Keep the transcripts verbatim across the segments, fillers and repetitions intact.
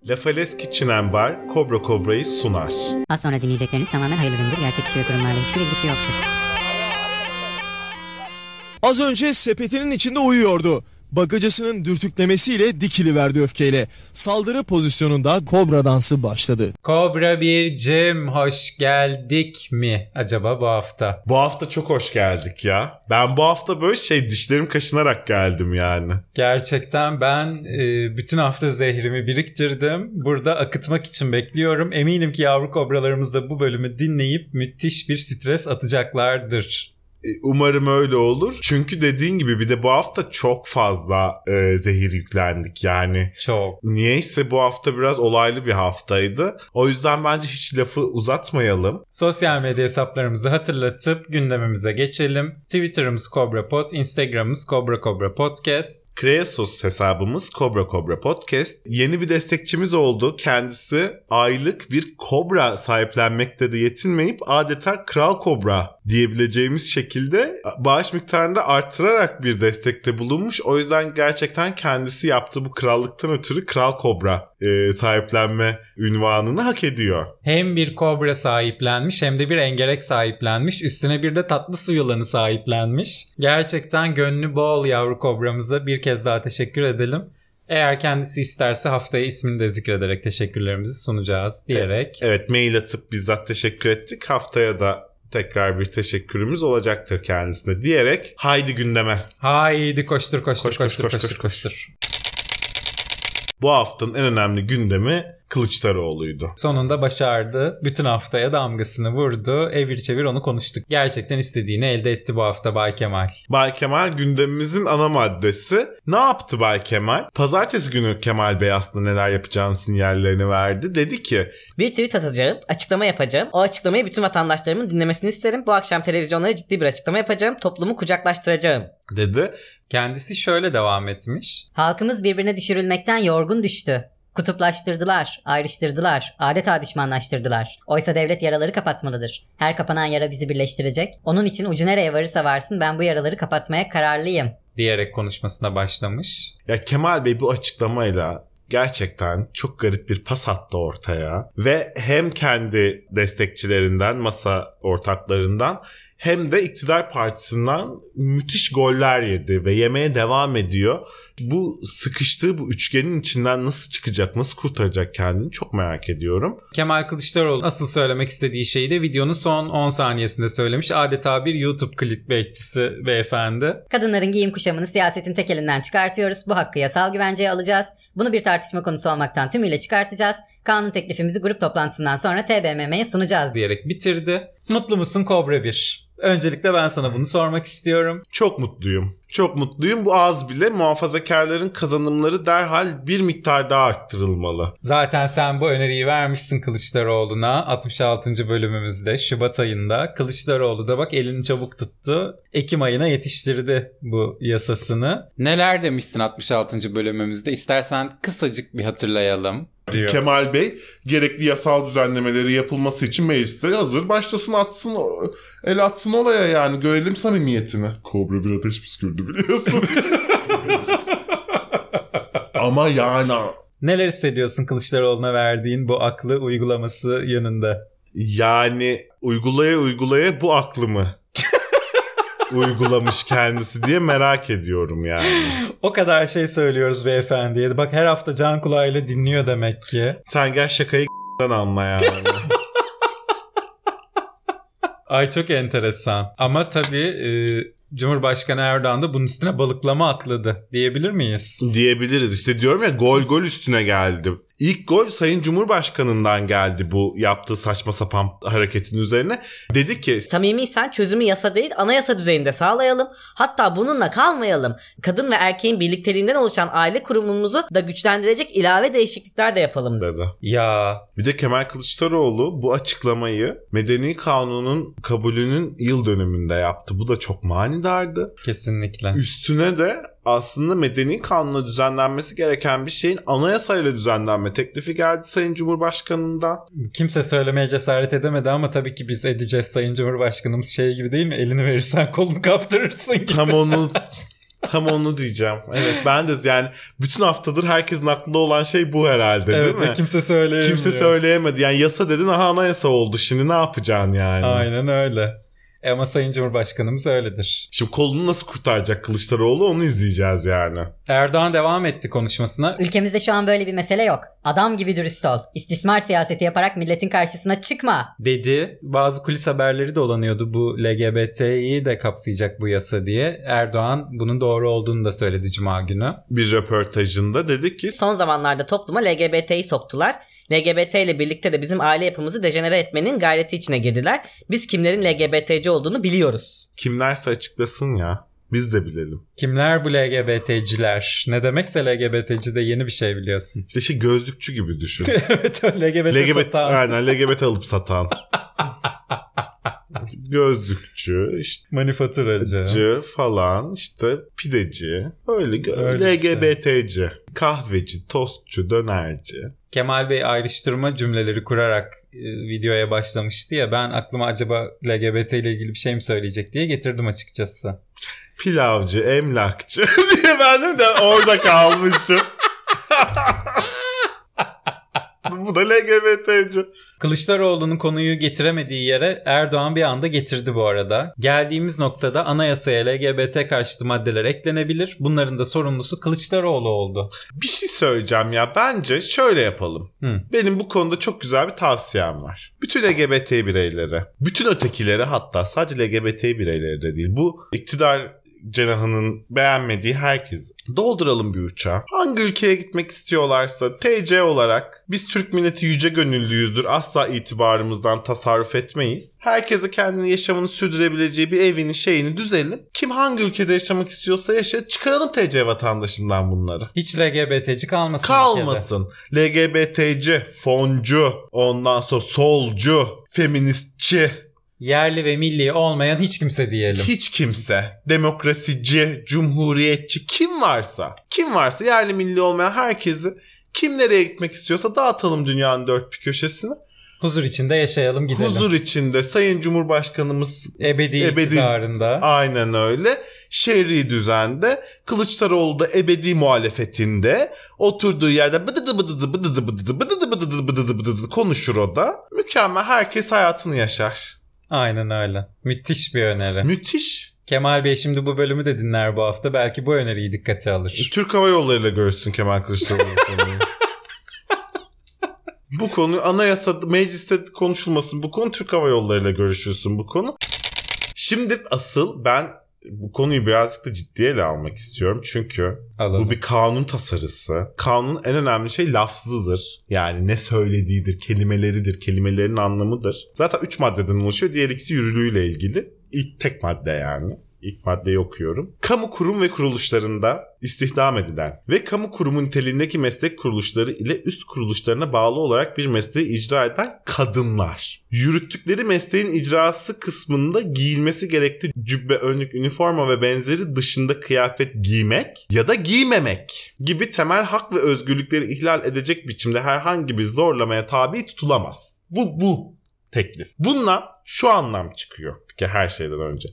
La Falaise Kitchen and Bar, Kobra Kobra'yı sunar. Az sonra dinleyecekleriniz tamamen hayırlıdır. Gerçek kişi ve kurumlarla hiçbir ilgisi yoktur. Az önce sepetinin içinde uyuyordu. Bagacısının dürtüklemesiyle dikiliverdi öfkeyle. Saldırı pozisyonunda kobra dansı başladı. Kobra bircim hoş geldik mi acaba bu hafta? Bu hafta çok hoş geldik ya. Ben bu hafta böyle şey dişlerim kaşınarak geldim yani. Gerçekten ben e, bütün hafta zehrimi biriktirdim. Burada akıtmak için bekliyorum. Eminim ki yavru kobralarımız da bu bölümü dinleyip müthiş bir stres atacaklardır. Umarım öyle olur. Çünkü dediğin gibi bir de bu hafta çok fazla e, zehir yüklendik yani. Çok. Niyeyse bu hafta biraz olaylı bir haftaydı. O yüzden bence hiç lafı uzatmayalım. Sosyal medya hesaplarımızı hatırlatıp gündemimize geçelim. Twitter'ımız KobraPod, Instagram'ımız Kobra Kobra Podcast. Kreasos hesabımız Kobra Kobra Podcast. Yeni bir destekçimiz oldu. Kendisi aylık bir kobra sahiplenmekte de yetinmeyip adeta kral kobra diyebileceğimiz şekilde bağış miktarını da arttırarak bir destekte bulunmuş. O yüzden gerçekten kendisi yaptığı bu krallıktan ötürü kral kobra e, sahiplenme ünvanını hak ediyor. Hem bir kobra sahiplenmiş hem de bir engerek sahiplenmiş. Üstüne bir de tatlı su yılanı sahiplenmiş. Gerçekten gönlü bol yavru kobramıza bir kez daha teşekkür edelim. Eğer kendisi isterse haftaya ismini de zikrederek teşekkürlerimizi sunacağız diyerek. Evet, mail atıp bizzat teşekkür ettik. Haftaya da tekrar bir teşekkürümüz olacaktır kendisine diyerek haydi gündeme. Haydi koştur koştur Koş, koştur koş, koştur koş, koştur. koştur. Bu haftanın en önemli gündemi Kılıçdaroğlu'ydu. Sonunda başardı. Bütün haftaya damgasını vurdu. Evir çevir onu konuştuk. Gerçekten istediğini elde etti bu hafta Bay Kemal. Bay Kemal gündemimizin ana maddesi. Ne yaptı Bay Kemal? Pazartesi günü Kemal Bey aslında neler yapacağını sinyallerini verdi. Dedi ki bir tweet atacağım, açıklama yapacağım. O açıklamayı bütün vatandaşlarımın dinlemesini isterim. Bu akşam televizyonlara ciddi bir açıklama yapacağım. Toplumu kucaklaştıracağım dedi. Kendisi şöyle devam etmiş. Halkımız birbirine düşürülmekten yorgun düştü. Kutuplaştırdılar, ayrıştırdılar, adeta düşmanlaştırdılar. Oysa devlet yaraları kapatmalıdır. Her kapanan yara bizi birleştirecek. Onun için ucu nereye varırsa varsın ben bu yaraları kapatmaya kararlıyım Diyerek konuşmasına başlamış. Ya Kemal Bey bu açıklamayla gerçekten çok garip bir pas attı ortaya. Ve hem kendi destekçilerinden, masa ortaklarından hem de iktidar partisinden müthiş goller yedi ve yemeye devam ediyor. Bu sıkıştığı bu üçgenin içinden nasıl çıkacak, nasıl kurtaracak kendini çok merak ediyorum. Kemal Kılıçdaroğlu asıl söylemek istediği şeyi de videonun son on saniyesinde söylemiş. Adeta bir YouTube clickbaitçisi beyefendi. Kadınların giyim kuşamını siyasetin tek elinden çıkartıyoruz. Bu hakkı yasal güvenceye alacağız. Bunu bir tartışma konusu olmaktan tümüyle çıkartacağız. Kanun teklifimizi grup toplantısından sonra T B M M'ye sunacağız diyerek bitirdi. Mutlu musun Kobra bir? Öncelikle ben sana bunu sormak istiyorum. Çok mutluyum. Çok mutluyum. Bu az bile muhafazakarların kazanımları derhal bir miktar daha arttırılmalı. Zaten sen bu öneriyi vermişsin Kılıçdaroğlu'na altmış altıncı bölümümüzde Şubat ayında. Kılıçdaroğlu da bak elini çabuk tuttu. Ekim ayına yetiştirdi bu yasasını. Neler demişsin altmış altıncı bölümümüzde? İstersen kısacık bir hatırlayalım. Diyor. Kemal Bey gerekli yasal düzenlemeleri yapılması için mecliste hazır başlasın, atsın, el atsın olaya, yani görelim samimiyetini. Kobra bir ateş püskürdü biliyorsun. Ama yani... Neler hissediyorsun Kılıçdaroğlu'na verdiğin bu aklı uygulaması yönünde? Yani uygulaya uygulaya bu aklımı uygulamış kendisi diye merak ediyorum yani. O kadar şey söylüyoruz beyefendiye. Bak her hafta can kulağıyla dinliyor demek ki. Sen gel şakayı anla yani. Ay çok enteresan. Ama tabii e, Cumhurbaşkanı Erdoğan da bunun üstüne balıklama atladı diyebilir miyiz? Diyebiliriz. İşte diyorum ya, gol gol üstüne geldi. İlk gol Sayın Cumhurbaşkanı'ndan geldi bu yaptığı saçma sapan hareketin üzerine. Dedi ki samimiysen çözümü yasa değil anayasa düzeyinde sağlayalım. Hatta bununla kalmayalım. Kadın ve erkeğin birlikteliğinden oluşan aile kurumumuzu da güçlendirecek ilave değişiklikler de yapalım dedi. Ya. Bir de Kemal Kılıçdaroğlu bu açıklamayı Medeni Kanun'un kabulünün yıl dönümünde yaptı. Bu da çok manidardı. Kesinlikle. Üstüne de aslında Medeni Kanun'la düzenlenmesi gereken bir şeyin anayasayla düzenlenme teklifi geldi Sayın Cumhurbaşkanı'ndan. Kimse söylemeye cesaret edemedi ama tabii ki biz edeceğiz. Sayın Cumhurbaşkanımız şey gibi değil mi? Elini verirsen kolunu kaptırırsın gibi. Tam onu Tam onu diyeceğim. Evet ben de yani bütün haftadır herkesin aklında olan şey bu herhalde değil Evet mi? ve kimse söyleyemiyor. Kimse söyleyemedi. Yani yasa dedin aha anayasa oldu. Şimdi ne yapacaksın yani? Aynen öyle. E ama Sayın Cumhurbaşkanımız öyledir. Şimdi kolunu nasıl kurtaracak Kılıçdaroğlu onu izleyeceğiz yani. Erdoğan devam etti konuşmasına. Ülkemizde şu an böyle bir mesele yok. Adam gibi dürüst ol. İstismar siyaseti yaparak milletin karşısına çıkma. Dedi. Bazı kulis haberleri dolanıyordu bu L G B T'yi de kapsayacak bu yasa diye. Erdoğan bunun doğru olduğunu da söyledi Cuma günü. Bir röportajında dedi ki Son zamanlarda topluma L G B T'yi soktular. L G B T ile birlikte de bizim aile yapımızı dejenere etmenin gayreti içine girdiler. Biz kimlerin L G B T'ci olduğunu biliyoruz. kimlerse açıklasın ya. Biz de bilelim. Kimler bu L G B T'ciler? Ne demekse L G B T'ci de yeni bir şey biliyorsun. İşte şey gözlükçü gibi düşün. Evet o L G B T L G B T satan. aynen L G B T alıp satan. Gözlükçü, işte Manifaturacı. cı falan, işte pideci, öyle, gö- Öyle L G B T'ci, kahveci, tostçu, dönerci. Kemal Bey ayrıştırma cümleleri kurarak e, videoya başlamıştı ya, ben aklıma acaba L G B T ile ilgili bir şey mi söyleyecek diye getirdim açıkçası. Pilavcı, emlakçı diye ben de orada kalmışım. Bu da L G B T'ci. Kılıçdaroğlu'nun konuyu getiremediği yere Erdoğan bir anda getirdi bu arada. Geldiğimiz noktada anayasaya L G B T karşıtı maddeler eklenebilir. Bunların da sorumlusu Kılıçdaroğlu oldu. Bir şey söyleyeceğim ya. Bence şöyle yapalım. Hı. Benim bu konuda çok güzel bir tavsiyem var. Bütün L G B T bireyleri, bütün ötekileri, hatta sadece L G B T bireyleri de değil. Bu iktidar cenahının beğenmediği herkes dolduralım bir uçağa. Hangi ülkeye gitmek istiyorlarsa T C olarak biz Türk milleti yüce gönüllüyüzdür. Asla itibarımızdan tasarruf etmeyiz. Herkese kendini yaşamını sürdürebileceği bir evini şeyini düzelim. Kim hangi ülkede yaşamak istiyorsa yaşa. Çıkaralım T C vatandaşından bunları. Hiç L G B T'ci kalmasın. Kalmasın. L G B T'ci, foncu, ondan sonra solcu, feministçi, Yerli ve milli olmayan hiç kimse diyelim. hiç kimse, demokrasici, cumhuriyetçi kim varsa, kim varsa yerli milli olmayan herkesi kim nereye gitmek istiyorsa dağıtalım dünyanın dört bir köşesine. Huzur içinde yaşayalım gidelim. Huzur içinde Sayın Cumhurbaşkanımız Ebedi, Ebedi- iktidarında. aynen öyle. Şer'i düzende, Kılıçdaroğlu da ebedi muhalefetinde oturduğu yerde bıdıdı bıdıdı bıdıdı bıdıdı bıdıdı bıdıdı bıdıdı bıdıdı konuşur o da. Mükemmel, herkes hayatını yaşar. Aynen öyle. Müthiş bir öneri. Müthiş. Kemal Bey şimdi bu bölümü de dinler bu hafta. Belki bu öneriyi dikkate alır. Türk Hava Yolları'yla görüşsün Kemal Kılıçdaroğlu konuyu. Bu konu anayasa mecliste konuşulmasın. Bu konu Türk Hava Yolları'yla görüşülsün bu konu. Şimdi asıl ben bu konuyu birazcık da ciddiye ele almak istiyorum. Çünkü Alalım. bu bir kanun tasarısı. Kanunun en önemli şey lafzıdır. Yani ne söylediğidir, kelimeleridir, kelimelerin anlamıdır. Zaten üç maddeden oluşuyor. Diğer ikisi yürürlüğüyle ilgili. İlk tek madde yani. İlk maddeyi okuyorum. Kamu kurum ve kuruluşlarında istihdam edilen ve kamu kurumu niteliğindeki meslek kuruluşları ile üst kuruluşlarına bağlı olarak bir mesleği icra eden kadınlar. Yürüttükleri mesleğin icrası kısmında giyilmesi gerektiği cübbe, önlük, üniforma ve benzeri dışında kıyafet giymek ya da giymemek gibi temel hak ve özgürlükleri ihlal edecek biçimde herhangi bir zorlamaya tabi tutulamaz. Bu bu teklif. Bundan şu anlam çıkıyor ki her şeyden önce.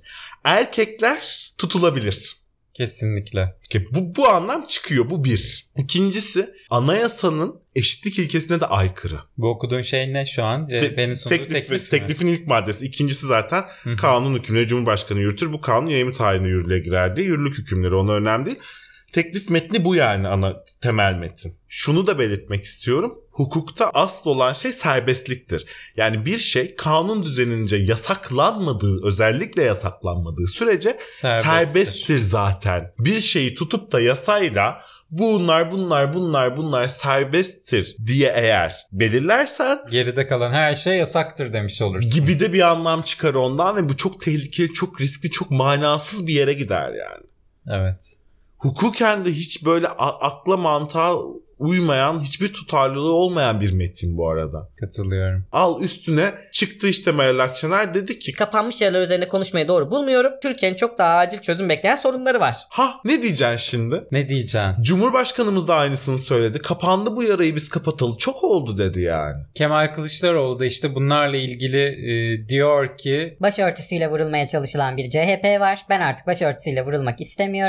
Erkekler tutulabilir. Kesinlikle. Ki bu, bu anlam çıkıyor. Bu bir. İkincisi anayasanın eşitlik ilkesine de aykırı. Bu okuduğun şey ne şu an? C H P'nin sunduğu Teklif, teklif, mi? teklifin ilk maddesi. İkincisi zaten Hı hı. kanun hükümleri Cumhurbaşkanı yürütür. Bu kanun yayımı tarihine yürürlüğe girer diye. Yürürlük hükümleri ona önemli değil. Teklif metni bu yani, ana temel metin. Şunu da belirtmek istiyorum. Hukukta asıl olan şey serbestliktir. Yani bir şey kanun düzenince yasaklanmadığı, özellikle yasaklanmadığı sürece Serbesttir. serbesttir zaten. Bir şeyi tutup da yasayla bunlar bunlar bunlar bunlar serbesttir diye eğer belirlersen Geride kalan her şey yasaktır demiş olursun. gibi de bir anlam çıkar ondan ve bu çok tehlikeli, çok riskli, çok manasız bir yere gider yani. Evet. Hukuken de hiç böyle a- akla mantığa uymayan, hiçbir tutarlılığı olmayan bir metin bu arada. Katılıyorum. Al üstüne çıktı işte Meral Akşener, dedi ki Kapanmış yaralar üzerine konuşmayı doğru bulmuyorum. Türkiye'nin çok daha acil çözüm bekleyen sorunları var. ha ne diyeceksin şimdi? Ne diyeceksin? Cumhurbaşkanımız da aynısını söyledi. Kapandı bu yarayı, biz kapatalı çok oldu dedi yani. Kemal Kılıçdaroğlu da işte bunlarla ilgili e, diyor ki Başörtüsüyle vurulmaya çalışılan bir C H P var. Ben artık başörtüsüyle vurulmak istemiyorum.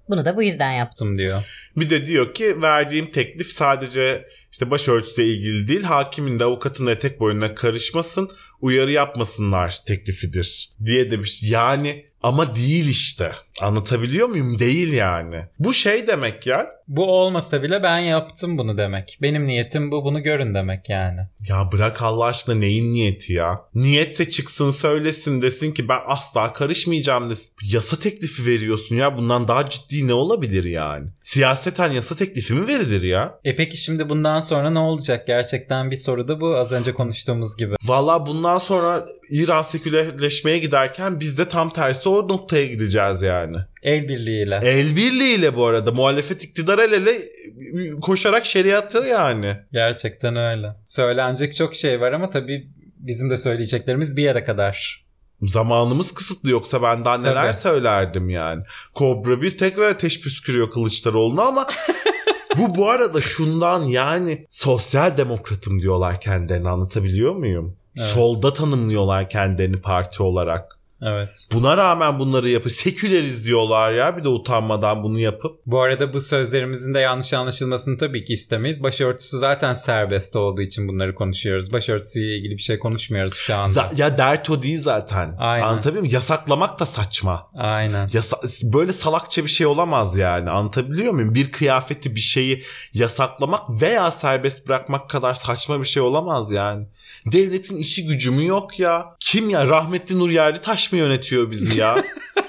Bunu da bu yüzden yaptım diyor. Bir de diyor ki verdiğim teklif sadece işte başörtüsüyle ilgili değil, hakimin de avukatın da etek boyuna karışmasın, uyarı yapmasınlar teklifidir diye demiş. Yani ama değil işte. Anlatabiliyor muyum? Değil yani. Bu şey demek ya. Bu olmasa bile ben yaptım bunu demek. Benim niyetim bu, bunu görün demek yani. Ya bırak Allah aşkına, neyin niyeti ya? Niyetse çıksın söylesin, desin ki ben asla karışmayacağım desin. Yasa teklifi veriyorsun ya, bundan daha ciddi ne olabilir yani? Siyaseten yasa teklifi mi verilir ya? E peki şimdi bundan sonra ne olacak? Gerçekten bir soru da bu, az önce konuştuğumuz gibi. Valla bundan sonra İran sekülerleşmeye giderken biz de tam tersi o noktaya gideceğiz yani. El birliğiyle. El birliğiyle bu arada. Muhalefet iktidar el ele koşarak şeriatı yani. Gerçekten öyle. Söylenecek çok şey var ama tabii bizim de söyleyeceklerimiz bir yere kadar. Zamanımız kısıtlı, yoksa ben daha neler Tabii. söylerdim yani. Kobra bir tekrar ateş püskürüyor Kılıçdaroğlu'na ama bu bu arada şundan, yani sosyal demokratım diyorlar kendilerini, anlatabiliyor muyum? Evet. Solda tanımlıyorlar kendilerini parti olarak. Evet. Buna rağmen bunları yapıp seküleriz diyorlar ya, bir de utanmadan bunu yapıp. Bu arada bu sözlerimizin de yanlış anlaşılmasını tabii ki istemeyiz. Başörtüsü zaten serbest olduğu için bunları konuşuyoruz. Başörtüsüyle ilgili bir şey konuşmuyoruz şu anda. Z- ya dert o değil zaten. Aynen. Anlatabiliyor muyum? Yasaklamak da saçma. Aynen. Yasa- böyle salakça bir şey olamaz yani. Anlatabiliyor muyum? Bir kıyafeti, bir şeyi yasaklamak veya serbest bırakmak kadar saçma bir şey olamaz yani. Devletin işi gücü mü yok ya? Kim ya? Rahmetli Nur Yerlitaş mı yönetiyor bizi ya?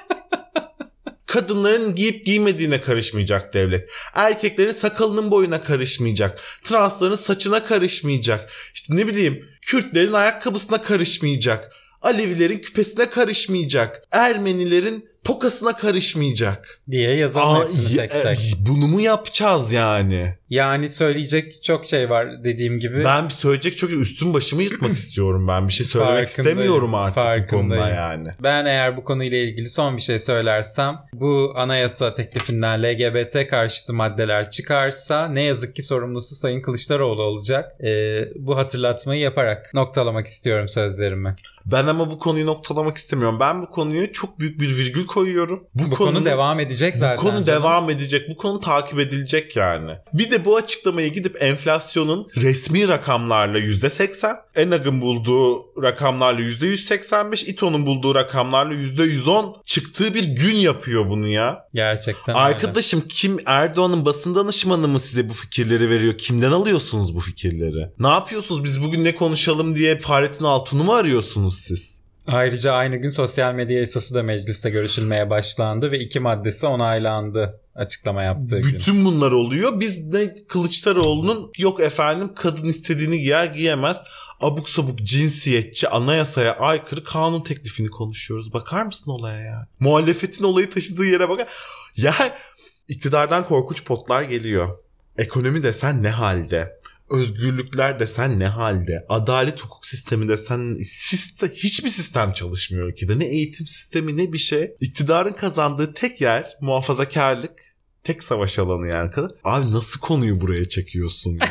Kadınların giyip giymediğine karışmayacak devlet. Erkeklerin sakalının boyuna karışmayacak. Transların saçına karışmayacak. İşte ne bileyim, Kürtlerin ayakkabısına karışmayacak. Alevilerin küpesine karışmayacak. Ermenilerin tokasına karışmayacak. Diye yazalım hepsini tek tek. E, bunu mu yapacağız yani? Yani söyleyecek çok şey var dediğim gibi. Ben bir söyleyecek çok üstüm başımı yırtmak istiyorum ben. Bir şey söylemek Farkındayım, istemiyorum artık bu farkındayım. konuda yani. Ben eğer bu konuyla ilgili son bir şey söylersem, bu anayasa teklifinden L G B T karşıtı maddeler çıkarsa ne yazık ki sorumlusu Sayın Kılıçdaroğlu olacak. Ee, bu hatırlatmayı yaparak noktalamak istiyorum sözlerimi. Ben ama bu konuyu noktalamak istemiyorum. Ben bu konuyu çok büyük bir virgül koyuyorum. Bu, Bu konunun, konu devam edecek zaten. Bu konu canım. devam edecek. Bu konu takip edilecek yani. Bir de bu açıklamayı gidip enflasyonun resmi rakamlarla yüzde seksen, ENAG'ın bulduğu rakamlarla yüzde yüz seksen beş, İTO'nun bulduğu rakamlarla yüzde yüz on çıktığı bir gün yapıyor bunu ya. Gerçekten Arkadaşım öyle. Kim, Erdoğan'ın basın danışmanı mı size bu fikirleri veriyor? Kimden alıyorsunuz bu fikirleri? Ne yapıyorsunuz? Biz bugün ne konuşalım diye Fahrettin Altun'u mu arıyorsunuz siz? Ayrıca aynı gün sosyal medya yasası da mecliste görüşülmeye başlandı ve iki maddesi onaylandı açıklama yaptığı gün. Bütün bunlar oluyor. Biz de Kılıçdaroğlu'nun yok efendim kadın istediğini giyer giyemez, abuk sabuk cinsiyetçi, anayasaya aykırı kanun teklifini konuşuyoruz. Bakar mısın olaya ya? Muhalefetin olayı taşıdığı yere bakar. Ya iktidardan korkunç potlar geliyor. Ekonomi desen ne halde? Özgürlükler desen ne halde? Adalet hukuk sistemi desen sistem, hiçbir sistem çalışmıyor ülkede. Ne eğitim sistemi ne bir şey. İktidarın kazandığı tek yer muhafazakarlık. Tek savaş alanı yani. Abi nasıl konuyu buraya çekiyorsun ya?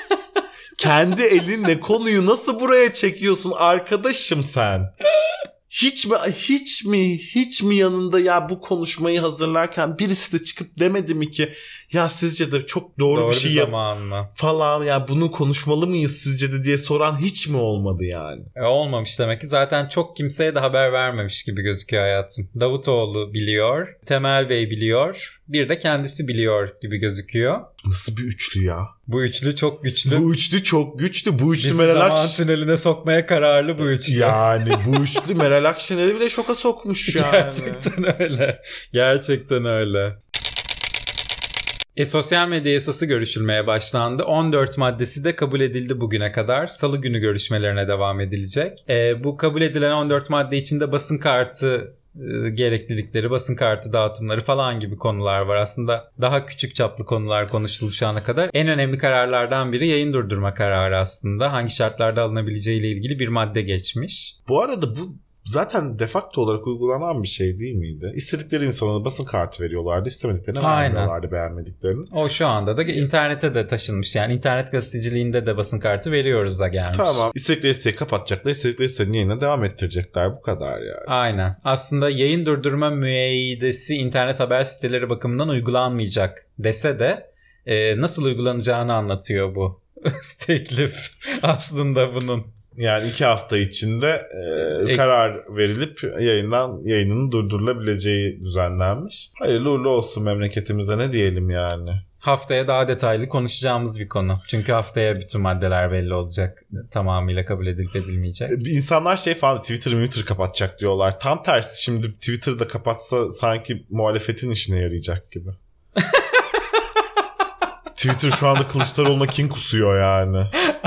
Kendi elinle konuyu nasıl buraya çekiyorsun arkadaşım sen? Hiç mi hiç mi hiç mi yanında ya bu konuşmayı hazırlarken birisi de çıkıp demedi mi ki ya sizce de çok doğru, doğru bir şey bir yap mı? falan ya bunu konuşmalı mıyız sizce de diye soran hiç mi olmadı yani? E, olmamış demek ki. Zaten çok kimseye de haber vermemiş gibi gözüküyor hayatım. Davutoğlu biliyor, Temel Bey biliyor, bir de kendisi biliyor gibi gözüküyor. Nasıl bir üçlü ya? Bu üçlü çok güçlü. Bu üçlü çok güçlü. Bu üçlü Bizi Meral zaman Akşener. tüneline sokmaya kararlı bu üçlü. Yani bu üçlü Meral Akşener'i bile şoka sokmuş yani. Gerçekten öyle. Gerçekten öyle. E, sosyal medya yasası görüşülmeye başlandı. on dört maddesi de kabul edildi bugüne kadar. Salı günü görüşmelerine devam edilecek. E, bu kabul edilen on dört madde içinde basın kartı e, gereklilikleri, basın kartı dağıtımları falan gibi konular var. Aslında daha küçük çaplı konular konuşuldu şu ana kadar. En önemli kararlardan biri yayın durdurma kararı aslında. Hangi şartlarda alınabileceğiyle ilgili bir madde geçmiş. Bu arada bu zaten de facto olarak uygulanan bir şey değil miydi? İstedikleri insana basın kartı veriyorlardı, istemediklerine Aynen. vermiyorlardı, beğenmediklerini. O şu anda da internete de taşınmış. Yani internet gazeteciliğinde de basın kartı veriyoruz da gelmiş. Tamam. İstedikleri siteyi kapatacaklar, istedikleri sitenin yayına devam ettirecekler. Bu kadar yani. Aynen. Aslında yayın durdurma müeyyidesi internet haber siteleri bakımından uygulanmayacak dese de e, nasıl uygulanacağını anlatıyor bu teklif aslında bunun. Yani iki hafta içinde e, karar verilip yayından yayının durdurulabileceği düzenlenmiş. Hayırlı uğurlu olsun memleketimize, ne diyelim yani. Haftaya daha detaylı konuşacağımız bir konu. Çünkü haftaya bütün maddeler belli olacak. Tamamıyla kabul edilip edilmeyecek. İnsanlar şey falan Twitter Twitter kapatacak diyorlar. Tam tersi, şimdi Twitter'da kapatsa sanki muhalefetin işine yarayacak gibi. Twitter şu anda Kılıçdaroğlu'na kin kusuyor yani.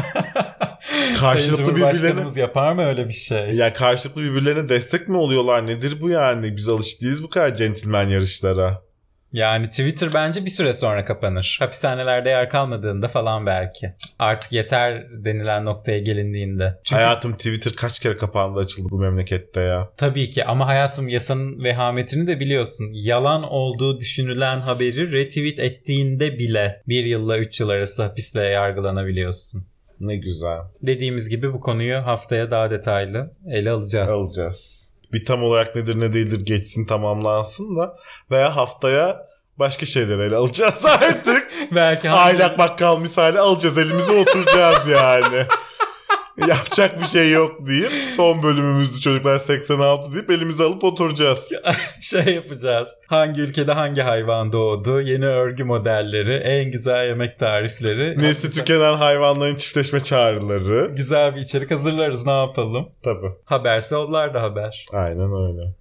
Karşılıklı birbirlerine yapar mı öyle bir şey? Ya karşılıklı birbirlerine destek mi oluyorlar? Nedir bu yani? Biz alışık değiliz bu kadar centilmen yarışlara. Yani Twitter bence bir süre sonra kapanır. Hapishanelerde yer kalmadığında falan belki. Artık yeter denilen noktaya gelindiğinde. Çünkü hayatım Twitter kaç kere kapandı, açıldı bu memlekette ya. Tabii ki ama hayatım yasanın vehametini de biliyorsun. Yalan olduğu düşünülen haberi retweet ettiğinde bile bir yılla üç yıl arası hapisle yargılanabiliyorsun. Ne güzel. Dediğimiz gibi bu konuyu haftaya daha detaylı ele alacağız. Alacağız. Bir tam olarak nedir ne değildir geçsin, tamamlansın da veya haftaya başka şeyleri ele alacağız artık. Belki aylak bakkal misali alacağız, elimize oturacağız yani. Yapacak bir şey yok deyip son bölümümüzde çocuklar seksen altı deyip elimize alıp oturacağız. Şey yapacağız. Hangi ülkede hangi hayvan doğdu? Yeni örgü modelleri, en güzel yemek tarifleri. Nesli güzel... tükenen hayvanların çiftleşme çağrıları. Güzel bir içerik hazırlarız, ne yapalım? Tabii. Haberse onlar da haber. Aynen öyle.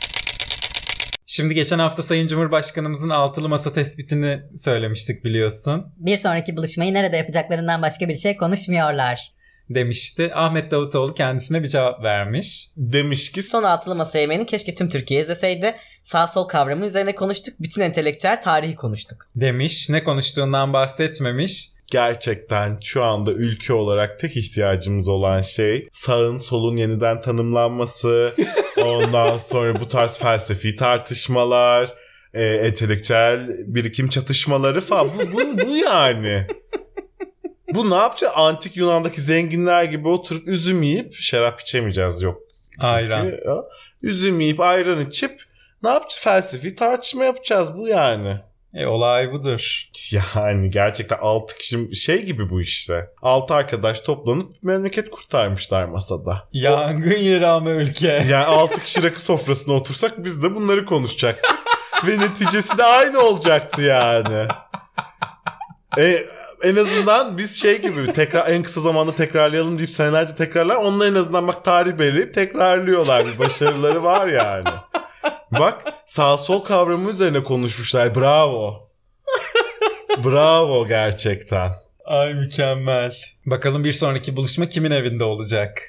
Şimdi geçen hafta Sayın Cumhurbaşkanımızın altılı masa tespitini söylemiştik biliyorsun. Bir sonraki buluşmayı nerede yapacaklarından başka bir şey konuşmuyorlar demişti. Ahmet Davutoğlu kendisine bir cevap vermiş. Demiş ki son altılı masa yemeğini keşke tüm Türkiye izleseydi. Sağ sol kavramı üzerine konuştuk. Bütün entelektüel tarihi konuştuk. Demiş. Ne konuştuğundan bahsetmemiş. Gerçekten şu anda ülke olarak tek ihtiyacımız olan şey sağın solun yeniden tanımlanması. Ondan sonra bu tarz felsefi tartışmalar, e, entelektüel birikim çatışmaları falan. Bu, bu, bu yani. Bu ne yapacak? Antik Yunan'daki zenginler gibi oturup üzüm yiyip, şarap içemeyeceğiz yok. Çünkü, ayran. Ya, üzüm yiyip ayran içip ne yapacağız? Felsefi tartışma yapacağız, bu yani. E olay budur. Yani gerçekten altı kişi şey gibi bu işte. altı arkadaş toplanıp memleket kurtarmışlar masada. Yangın yeri ama ülke. Yani altı kişi rakı sofrasına otursak biz de bunları konuşacaktık. Ve neticesi de aynı olacaktı yani. E, en azından biz şey gibi tekrar en kısa zamanda tekrarlayalım deyip senelerce tekrarlar. Onlar en azından bak tarih belirleyip tekrarlıyorlar. Bir başarıları var yani. Bak sağ sol kavramı üzerine konuşmuşlar. Bravo. Bravo gerçekten. Ay mükemmel. Bakalım bir sonraki buluşma kimin evinde olacak?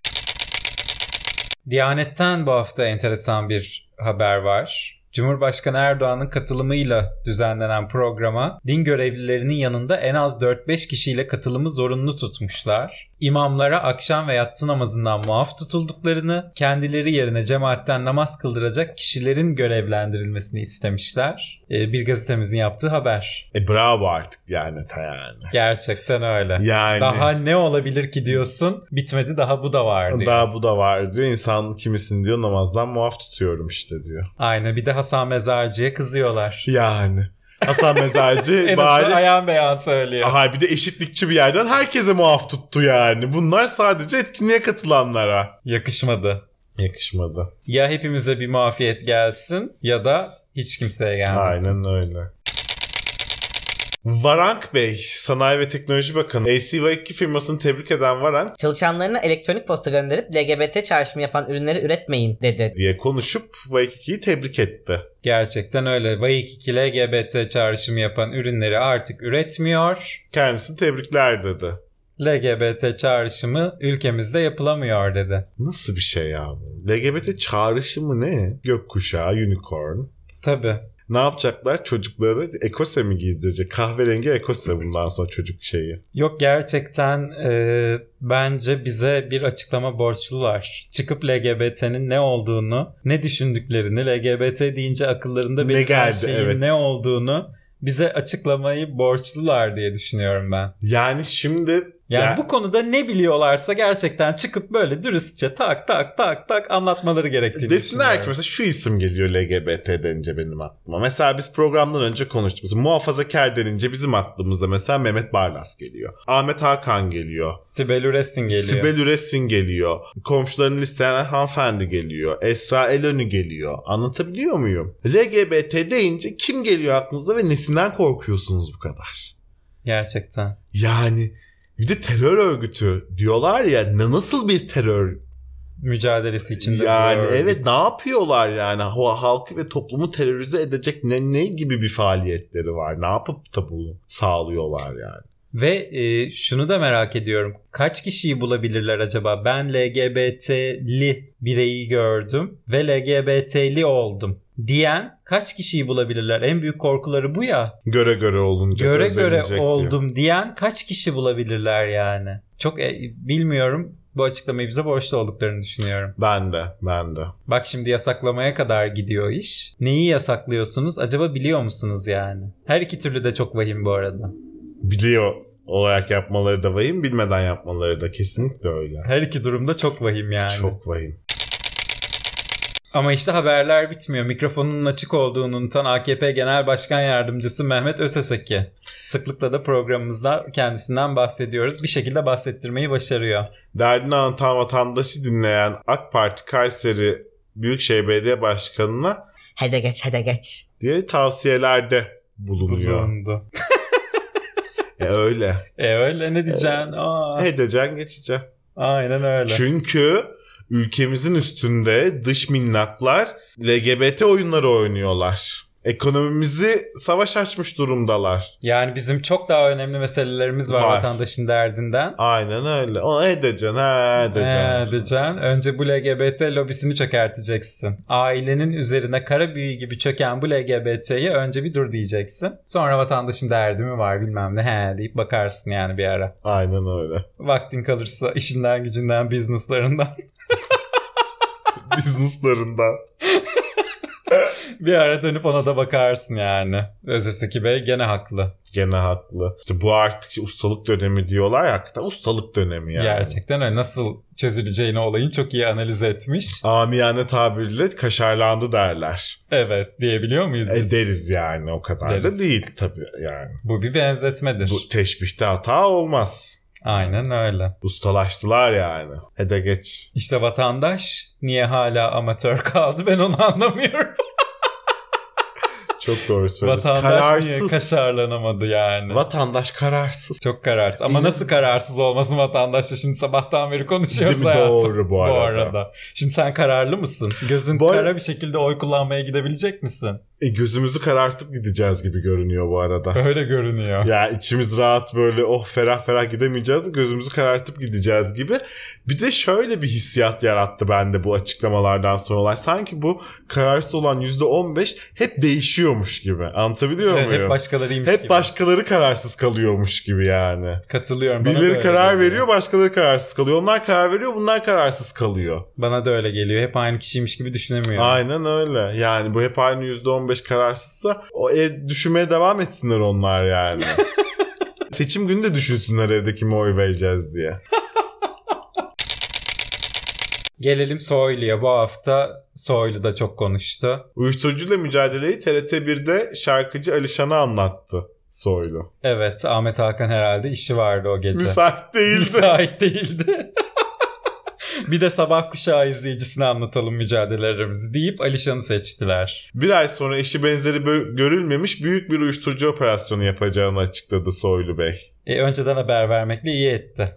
Diyanet'ten bu hafta enteresan bir haber var. Cumhurbaşkanı Erdoğan'ın katılımıyla düzenlenen programa din görevlilerinin yanında en az dört beş kişiyle katılımı zorunlu tutmuşlar. İmamlara akşam ve yatsı namazından muaf tutulduklarını, kendileri yerine cemaatten namaz kıldıracak kişilerin görevlendirilmesini istemişler. Ee, bir gazetemizin yaptığı haber. E bravo artık yani yani. Gerçekten öyle. Yani. Daha ne olabilir ki diyorsun? Bitmedi, daha bu da var diyor. Daha bu da var diyor. İnsan kimisin diyor, namazdan muaf tutuyorum işte diyor. Aynen, bir de Hasan Mezarcı'ya kızıyorlar. Yani. Hasan Mezarcı en bari ayan beyan söylüyor. Aha, bir de eşitlikçi bir yerden herkese muaf tuttu yani. Bunlar sadece etkinliğe katılanlara. Yakışmadı. Yakışmadı. Ya hepimize bir muafiyet gelsin ya da hiç kimseye gelmesin. Aynen öyle. Varank Bey, Sanayi ve Teknoloji Bakanı, A C V iki firmasını tebrik eden Varank, çalışanlarına elektronik posta gönderip L G B T çağrışımı yapan ürünleri üretmeyin dedi diye konuşup V iki ikiyi tebrik etti. Gerçekten öyle. V iki iki L G B T çağrışımı yapan ürünleri artık üretmiyor. Kendisini tebrikler dedi. L G B T çağrışımı ülkemizde yapılamıyor dedi. Nasıl bir şey ya bu? L G B T çağrışımı ne? Gökkuşağı, unicorn. Tabii. Ne yapacaklar? Çocukları ekose mi giydirecek? Kahverengi ekose bundan sonra çocuk şeyi. Yok gerçekten e, bence bize bir açıklama borçlular. Çıkıp L G B T'nin ne olduğunu, ne düşündüklerini, L G B T deyince akıllarında Ne beliren geldi, şeyin evet. ne olduğunu bize açıklamayı borçlular diye düşünüyorum ben. Yani şimdi... Yani ya, bu konuda ne biliyorlarsa gerçekten çıkıp böyle dürüstçe tak tak tak tak anlatmaları gerektiğini desinler ki düşünüyorum. mesela şu isim geliyor L G B T denince benim aklıma. Mesela biz programdan önce konuştuk. Mesela muhafazakar denince bizim aklımıza mesela Mehmet Barlas geliyor. Ahmet Hakan geliyor. Sibel Üresin geliyor. Sibel Üresin geliyor. Komşularını listeleyen hanımefendi geliyor. Esra Elönü geliyor. Anlatabiliyor muyum? L G B T deyince kim geliyor aklınıza ve nesinden korkuyorsunuz bu kadar? Gerçekten. Yani bir de terör örgütü diyorlar ya, ne nasıl bir terör Mücadelesi içinde. yani bu örgüt. evet, ne yapıyorlar yani o halkı ve toplumu terörize edecek ne, ne gibi bir faaliyetleri var, ne yapıp da bunu sağlıyorlar yani. Ve e, şunu da merak ediyorum. Kaç kişiyi bulabilirler acaba? Ben L G B T'li bireyi gördüm ve L G B T'li oldum diyen kaç kişiyi bulabilirler? En büyük korkuları bu ya. Göre göre olunca Göre göre özenilecek diye. oldum diyen kaç kişi bulabilirler yani? Çok e, bilmiyorum. Bu açıklamayı bize borçlu olduklarını düşünüyorum. Ben de ben de. Bak şimdi yasaklamaya kadar gidiyor iş. Neyi yasaklıyorsunuz? Acaba biliyor musunuz yani? Her iki türlü de çok vahim bu arada. Biliyor olarak yapmaları da vahim, bilmeden yapmaları da kesinlikle öyle. Her iki durumda çok vahim yani. Çok vahim. Ama işte haberler bitmiyor. Mikrofonun açık olduğunu unutan A K P Genel Başkan Yardımcısı Mehmet Özeseki. Sıklıkla da programımızda kendisinden bahsediyoruz. Bir şekilde bahsettirmeyi başarıyor. Derdini anlatan vatandaşı dinleyen AK Parti Kayseri Büyükşehir Belediye Başkanı'na Hede geç hede geç. diye tavsiyelerde bulunuyor. Bulundu. E öyle. E öyle ne diyeceksin? Aa, Edeceksin, geçeceksin. aynen öyle. Çünkü ülkemizin üstünde dış minnaklar L G B T oyunları oynuyorlar. Ekonomimizi savaş açmış durumdalar. Yani bizim çok daha önemli meselelerimiz var, Var. vatandaşın derdinden. Aynen öyle. Onu edeceksin, ha edeceksin. He, edeceksin. Önce bu L G B T lobisini çökerteceksin. Ailenin üzerine kara büyü gibi çöken bu L G B T'ye önce bir dur diyeceksin. Sonra vatandaşın derdi mi var bilmem ne he deyip bakarsın yani bir ara. Aynen öyle. Vaktin kalırsa işinden gücünden businesslarından. Businesslarından. Bir ara dönüp ona da bakarsın yani. Özeseki Bey gene haklı. Gene haklı. İşte bu artık ustalık dönemi diyorlar ya, hakikaten ustalık dönemi yani. Gerçekten öyle. Nasıl çözüleceğini olayın çok iyi analiz etmiş. Amiyane tabirle kaşarlandı derler. Evet diyebiliyor muyuz biz? E deriz yani, o kadar Deriz. da değil tabii yani. Bu bir benzetmedir. Bu teşbihte hata olmaz. Aynen öyle. Ustalaştılar yani. Hede geç. İşte vatandaş niye hala amatör kaldı ben onu anlamıyorum. Çok doğru söylüyorsun. Vatandaş niye Kararsız. kaşarlanamadı yani? Vatandaş kararsız. Çok kararsız. Ama nasıl kararsız olmasın vatandaşla? Şimdi sabahtan beri konuşuyoruz Değil mi? hayatım. Doğru bu arada. Şimdi sen kararlı mısın? Gözün Bu kara arada- bir şekilde oy kullanmaya gidebilecek misin? E, gözümüzü karartıp gideceğiz gibi görünüyor bu arada. Öyle görünüyor. Ya içimiz rahat böyle oh ferah ferah gidemeyeceğiz de gözümüzü karartıp gideceğiz gibi. Bir de şöyle bir hissiyat yarattı bende bu açıklamalardan sonra olay. Sanki bu kararsız olan yüzde on beş hep değişiyormuş gibi. Anlatabiliyor Evet, muyum? hep başkalarıymış Hep gibi. başkaları kararsız kalıyormuş gibi yani. Katılıyorum. Bana da Birileri öyle karar geliyor. veriyor, başkaları kararsız kalıyor. Onlar karar veriyor, bunlar kararsız kalıyor. Bana da öyle geliyor. Hep aynı kişiymiş gibi düşünemiyorum. Aynen öyle. Yani bu hep aynı yüzde on beş kararsızsa o ev düşünmeye devam etsinler onlar yani. Seçim günü de düşünsünler evde kime oy vereceğiz diye. Gelelim Soylu'ya. Bu hafta Soylu da çok konuştu. Uyuşturucuyla mücadeleyi T R T birde şarkıcı Alişan'a anlattı Soylu. Evet, Ahmet Hakan herhalde işi vardı o gece. Müsait değildi. Müsait değildi. Bir de sabah kuşağı izleyicisine anlatalım mücadelelerimizi deyip Alişan'ı seçtiler. Bir ay sonra eşi benzeri bö- görülmemiş büyük bir uyuşturucu operasyonu yapacağını açıkladı Soylu Bey. E, önceden haber vermekle iyi etti.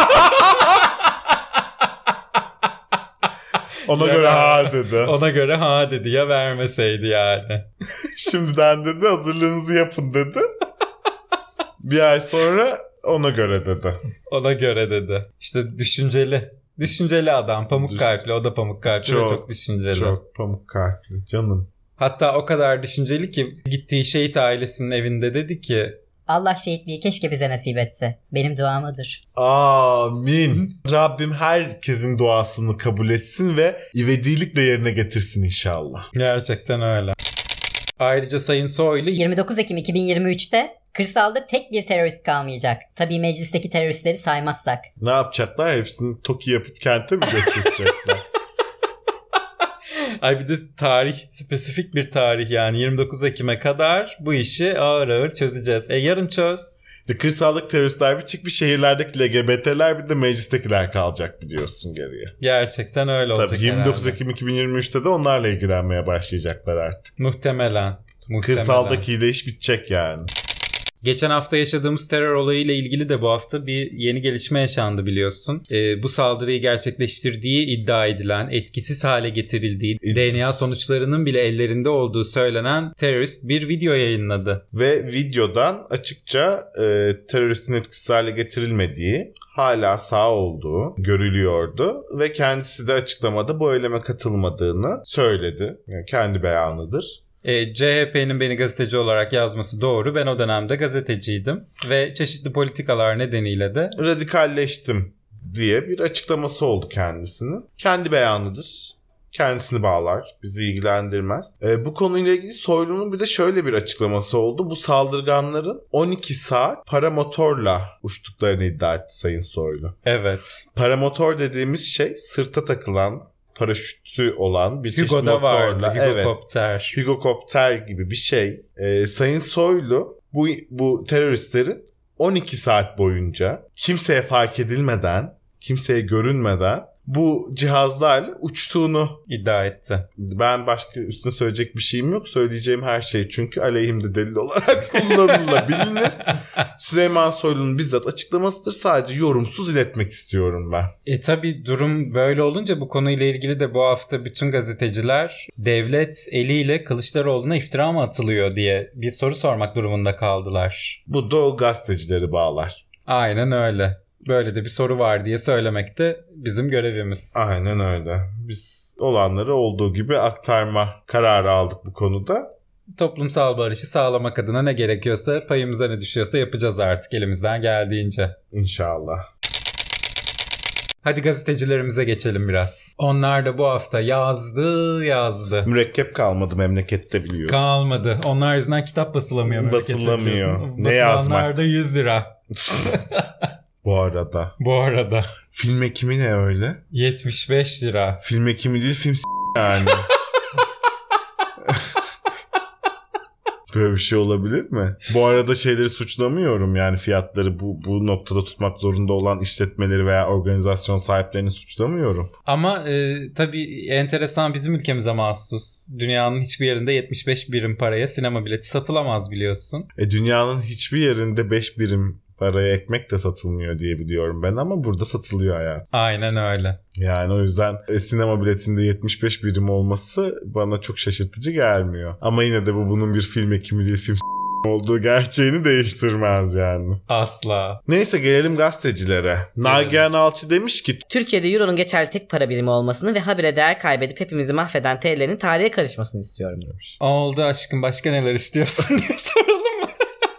Ona Ya göre ben- ha dedi. Ona göre ha dedi ya vermeseydi yani. Şimdiden dedi hazırlığınızı yapın dedi. Bir ay sonra ona göre dedi. Ona göre dedi. İşte düşünceli. Düşünceli adam. Pamuk Düş- kalpli. O da pamuk kalpli Çok, ve çok düşünceli. Çok pamuk kalpli canım. Hatta o kadar düşünceli ki gittiği şehit ailesinin evinde dedi ki Allah şehitliği keşke bize nasip etse. Benim duamıdır. Amin. Rabbim herkesin duasını kabul etsin ve ivedilikle yerine getirsin inşallah. gerçekten öyle. Ayrıca Sayın Soylu yirmi dokuz Ekim iki bin yirmi üçte kırsalda tek bir terörist kalmayacak. Tabii meclisteki teröristleri saymazsak. Ne yapacaklar? Hepsini TOKİ yapıp kente mi götürecekler? Ay bir de tarih, spesifik bir tarih yani yirmi dokuz Ekim'e kadar bu işi ağır ağır çözeceğiz. E yarın çöz. İşte kırsaldaki teröristler bir çıkmış, şehirlerdeki L G B T'ler bir de meclistekiler kalacak biliyorsun geriye. Gerçekten öyle olacak Tabii yirmi dokuz herhalde. Ekim iki bin yirmi üçte de onlarla ilgilenmeye başlayacaklar artık. Muhtemelen. Muhtemelen. Kırsaldaki de iş bitecek yani. Geçen hafta yaşadığımız terör olayıyla ilgili de bu hafta bir yeni gelişme yaşandı biliyorsun. Ee, bu saldırıyı gerçekleştirdiği iddia edilen, etkisiz hale getirildiği, D N A sonuçlarının bile ellerinde olduğu söylenen terörist bir video yayınladı. Ve videodan açıkça e, teröristin etkisiz hale getirilmediği, hala sağ olduğu görülüyordu. Ve kendisi de açıklamada bu eyleme katılmadığını söyledi. Yani kendi beyanıdır. E, C H P'nin beni gazeteci olarak yazması doğru. Ben o dönemde gazeteciydim. Ve çeşitli politikalar nedeniyle de Radikalleştim diye bir açıklaması oldu kendisinin. Kendi beyanıdır. Kendisini bağlar. Bizi ilgilendirmez. E, bu konuyla ilgili Soylu'nun bir de şöyle bir açıklaması oldu. Bu saldırganların on iki saat paramotorla uçtuklarını iddia etti Sayın Soylu. evet. Paramotor dediğimiz şey sırta takılan, paraşütü olan bir çeşit Hugo'da motorla. vardı. Evet. Hugokopter. Hugokopter gibi bir şey. Ee, Sayın Soylu bu, bu teröristlerin on iki saat boyunca kimseye fark edilmeden, kimseye görünmeden bu cihazlarla uçtuğunu iddia etti. Ben başka üstüne söyleyecek bir şeyim yok. Söyleyeceğim her şey çünkü aleyhimde delil olarak kullanılabilir. Süleyman Soylu'nun bizzat açıklamasıdır. Sadece yorumsuz iletmek istiyorum ben. E tabi durum böyle olunca bu konuyla ilgili de bu hafta bütün gazeteciler devlet eliyle Kılıçdaroğlu'na iftira mı atılıyor diye bir soru sormak durumunda kaldılar. Bu da o gazetecileri bağlar. Aynen öyle. Böyle de bir soru var diye söylemek de bizim görevimiz. Aynen öyle. Biz olanları olduğu gibi aktarma kararı aldık bu konuda. Toplumsal barışı sağlamak adına ne gerekiyorsa, payımıza ne düşüyorsa yapacağız artık elimizden geldiğince. İnşallah. Hadi gazetecilerimize geçelim biraz. Onlar da bu hafta yazdı yazdı. Mürekkep kalmadı memlekette biliyorsun. Kalmadı. Onlar yüzünden kitap basılamıyor. memlekette Basılamıyor. biliyorsun. Ne yazmak? Basılanlar da yüz lira. Bu arada. Bu arada. Film ekimi ne öyle? yetmiş beş lira. Film ekimi değil, film s- yani. Böyle bir şey olabilir mi? Bu arada şeyleri suçlamıyorum, yani fiyatları bu bu noktada tutmak zorunda olan işletmeleri veya organizasyon sahiplerini suçlamıyorum. Ama e, tabii enteresan, bizim ülkemize mahsus. Dünyanın hiçbir yerinde yetmiş beş birim paraya sinema bileti satılamaz biliyorsun. E dünyanın hiçbir yerinde beş birim paraya ekmek de satılmıyor diye biliyorum ben, ama burada satılıyor hayat. Aynen öyle. Yani o yüzden e, sinema biletinde yetmiş beş birim olması bana çok şaşırtıcı gelmiyor. Ama yine de bu bunun bir film ekimi değil, film s- olduğu gerçeğini değiştirmez yani. Asla. Neyse, gelelim gazetecilere. Nagihan Alçı demiş ki Türkiye'de Euro'nun geçerli tek para birimi olmasını ve habire değer kaybedip hepimizi mahveden T L'nin tarihe karışmasını istiyorum demiş. Oldu aşkım, başka neler istiyorsun diye soralım mı?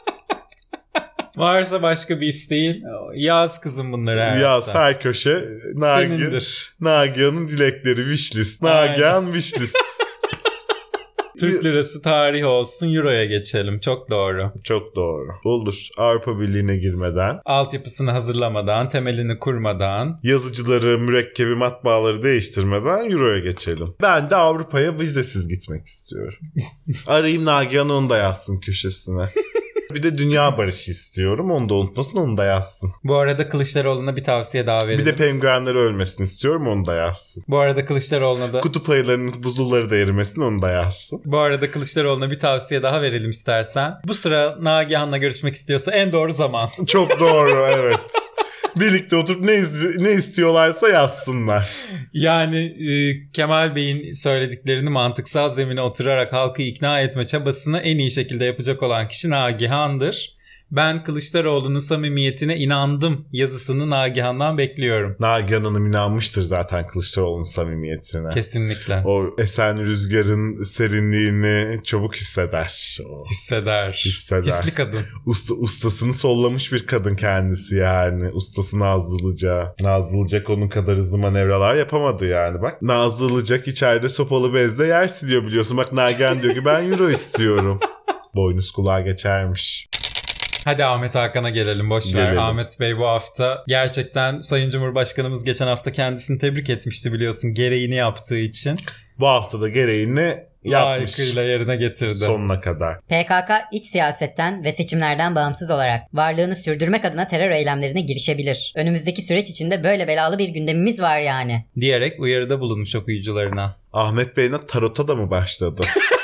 Varsa başka bir isteğin yaz kızım bunları her yaz hafta. her köşe Nagihan, Senindir. Nagihan'ın dilekleri wishlist. Nagihan wishlist. Türk lirası tarih olsun, Euro'ya geçelim. Çok doğru. Çok doğru. Olur. Avrupa Birliği'ne girmeden, Altyapısını hazırlamadan, temelini kurmadan. yazıcıları, mürekkebi, matbaaları değiştirmeden Euro'ya geçelim. Ben de Avrupa'ya vizesiz gitmek istiyorum. Arayayım Nagihan, onu da yazsın köşesine. Bir de dünya barışı istiyorum. Onu da unutmasın, onu da yazsın. Bu arada Kılıçdaroğlu'na bir tavsiye daha verelim. Bir de penguenler ölmesin istiyorum, onu da yazsın. Bu arada Kılıçdaroğlu'na da Kutup ayılarının buzulları da erimesin, onu da yazsın. Bu arada Kılıçdaroğlu'na bir tavsiye daha verelim istersen. Bu sıra Nagihan'la görüşmek istiyorsa en doğru zaman. Çok doğru, evet. Birlikte oturup ne, iz- ne istiyorlarsa yazsınlar. Yani e, Kemal Bey'in söylediklerini mantıksal zemine oturarak halkı ikna etme çabasını en iyi şekilde yapacak olan kişi Nagihan'dır. Ben Kılıçdaroğlu'nun samimiyetine inandım yazısını Nagihan'dan bekliyorum. Nagihan Hanım inanmıştır zaten Kılıçdaroğlu'nun samimiyetine. Kesinlikle. O esen rüzgarın serinliğini çabuk hisseder. O. Hisseder. Hisseder. Hisli kadın. Usta, ustasını sollamış bir kadın kendisi yani. Ustası Nazlılıca. Nazlılıcak onun kadar hızlı manevralar yapamadı yani. Bak Nazlılıcak içeride sopalı bezde yer siliyor biliyorsun. Bak Nagihan diyor ki ben euro istiyorum. Boynuz kulağa geçermiş. Hadi Ahmet Hakan'a gelelim. Boş ver. Gelelim. Ahmet Bey bu hafta gerçekten Sayın Cumhurbaşkanımız geçen hafta kendisini tebrik etmişti biliyorsun. Gereğini yaptığı için. Bu hafta da gereğini yapmış. Layıkıyla yerine getirdi. Sonuna kadar. P K K iç siyasetten ve seçimlerden bağımsız olarak varlığını sürdürmek adına terör eylemlerine girişebilir. Önümüzdeki süreç içinde böyle belalı bir gündemimiz var yani. Diyerek uyarıda bulunmuş okuyucularına. Ahmet Bey'le tarota da mı başladı?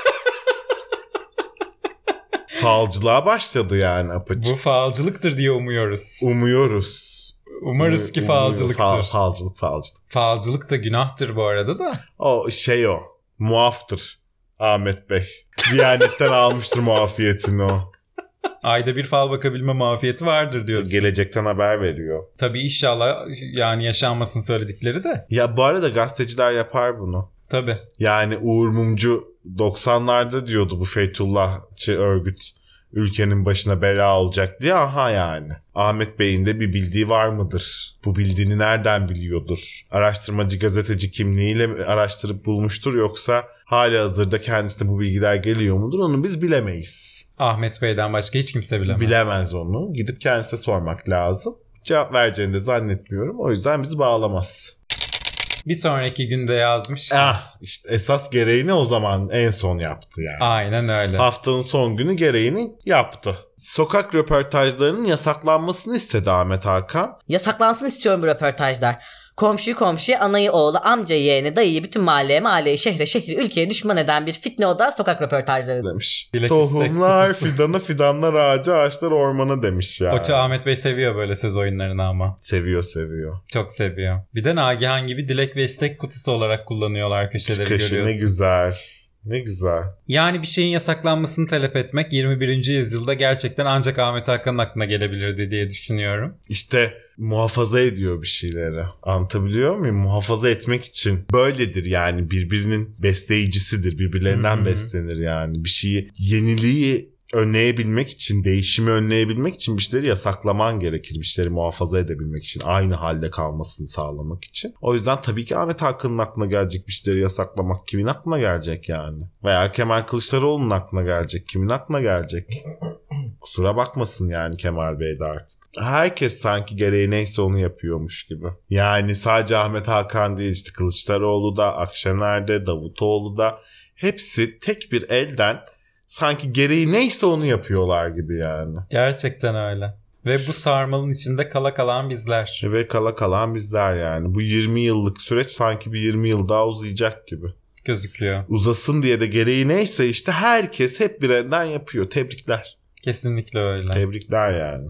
Falcılığa başladı yani apaçık. Bu falcılıktır diye umuyoruz. Umuyoruz. Umarız ki Umuyor- falcılıktır. Fal, falcılık falcılık. Falcılık da günahtır bu arada da. O şey o. Muaftır. Ahmet Bey. Diyanetten almıştır muafiyetini o. Ayda bir fal bakabilme muafiyeti vardır diyorsun. Gelecekten haber veriyor. Tabii inşallah yani yaşanmasın söyledikleri de. Ya bu arada gazeteciler yapar bunu. Tabii. Yani Uğur Mumcu doksanlarda diyordu bu Feytullahçı örgüt ülkenin başına bela olacak diye. Aha yani. Ahmet Bey'in de bir bildiği var mıdır? Bu bildiğini nereden biliyordur? Araştırmacı gazeteci kimliğiyle araştırıp bulmuştur yoksa hali hazırda kendisine bu bilgiler geliyor mudur? Onu biz bilemeyiz. Ahmet Bey'den başka hiç kimse bilemez. Bilemez onu. Gidip kendisine sormak lazım. Cevap vereceğini de zannetmiyorum. O yüzden bizi bağlamaz. Bir sonraki günde yazmış. Ah işte esas gereğini o zaman en son yaptı yani. Aynen öyle. Haftanın son günü gereğini yaptı. Sokak röportajlarının yasaklanmasını istedi Ahmet Hakan. Yasaklansın istiyorum bu röportajlar. Komşuyu komşuya, anayı oğlu, amcayı yeğeni, dayıyı bütün mahalleye, mahalleyi, şehre, şehri, ülkeye düşman eden bir fitne odağı sokak röportajları. Demiş. Dilek Tohumlar istek kutusu. fidana, fidanlar ağacı, ağaçlar ormana demiş ya. Koça Ahmet Bey seviyor böyle söz oyunlarını ama. Seviyor seviyor. Çok seviyor. Bir de Nagihan gibi dilek ve istek kutusu olarak kullanıyorlar köşeleri Köşe görüyorsun. ne güzel. Ne güzel. Yani bir şeyin yasaklanmasını talep etmek yirmi birinci yüzyılda gerçekten ancak Ahmet Hakan'ın aklına gelebilirdi diye düşünüyorum. İşte muhafaza ediyor bir şeyleri. Anlatabiliyor muyum? Muhafaza etmek için böyledir yani. Birbirinin besleyicisidir. Birbirlerinden Hı-hı. beslenir yani. Bir şeyi, yeniliği önleyebilmek için, değişimi önleyebilmek için bir şeyleri yasaklaman gerekir. Bir şeyleri muhafaza edebilmek için. Aynı halde kalmasını sağlamak için. O yüzden tabii ki Ahmet Hakan'ın aklına gelecek bir şeyleri yasaklamak. Kimin aklına gelecek yani? Veya Kemal Kılıçdaroğlu'nun aklına gelecek. Kimin aklına gelecek? Kusura bakmasın yani Kemal Bey de artık. Herkes sanki gereği neyse onu yapıyormuş gibi. Yani sadece Ahmet Hakan değil, işte Kılıçdaroğlu da, Akşener de, Davutoğlu da, hepsi tek bir elden sanki gereği neyse onu yapıyorlar gibi yani. Gerçekten öyle. Ve bu sarmalın içinde kala kalan bizler. Ve kala kalan bizler yani. Bu yirmi yıllık süreç sanki bir yirmi yıl daha uzayacak gibi. Gözüküyor. Uzasın diye de gereği neyse işte herkes hep bir elden yapıyor. Tebrikler. Kesinlikle öyle. Tebrikler yani.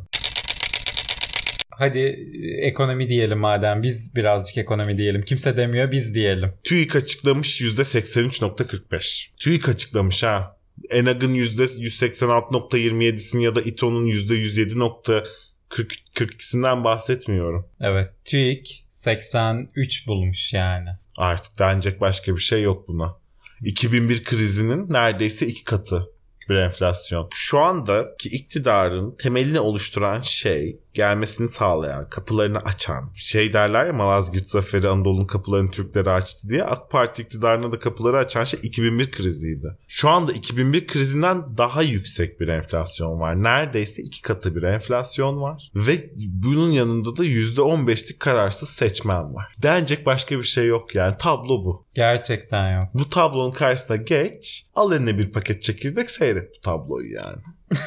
Hadi ekonomi diyelim madem. Biz birazcık ekonomi diyelim. Kimse demiyor, biz diyelim. TÜİK açıklamış yüzde seksen üç nokta kırk beş. TÜİK açıklamış ha. ENAG'ın yüzde yüz seksen altı nokta yirmi yedisini ya da İTO'nun yüzde yüz yedi nokta kırk ikisinden bahsetmiyorum. Evet. TÜİK seksen üç bulmuş yani. Artık denecek başka bir şey yok buna. iki bin bir krizinin neredeyse iki katı bir enflasyon. Şu andaki iktidarın temelini oluşturan şey, gelmesini sağlayan, kapılarını açan, şey derler ya, Malazgirt Zaferi Anadolu'nun kapılarını Türklere açtı diye, AK Parti iktidarına da kapıları açan şey iki bin bir kriziydi. Şu anda iki bin bir krizinden daha yüksek bir enflasyon var. Neredeyse iki katı bir enflasyon var. Ve bunun yanında da yüzde on beşlik kararsız seçmen var. Denecek başka bir şey yok yani. Tablo bu. Gerçekten yok. Bu tablonun karşısına geç, al eline bir paket çekirdek, seyret bu tabloyu yani.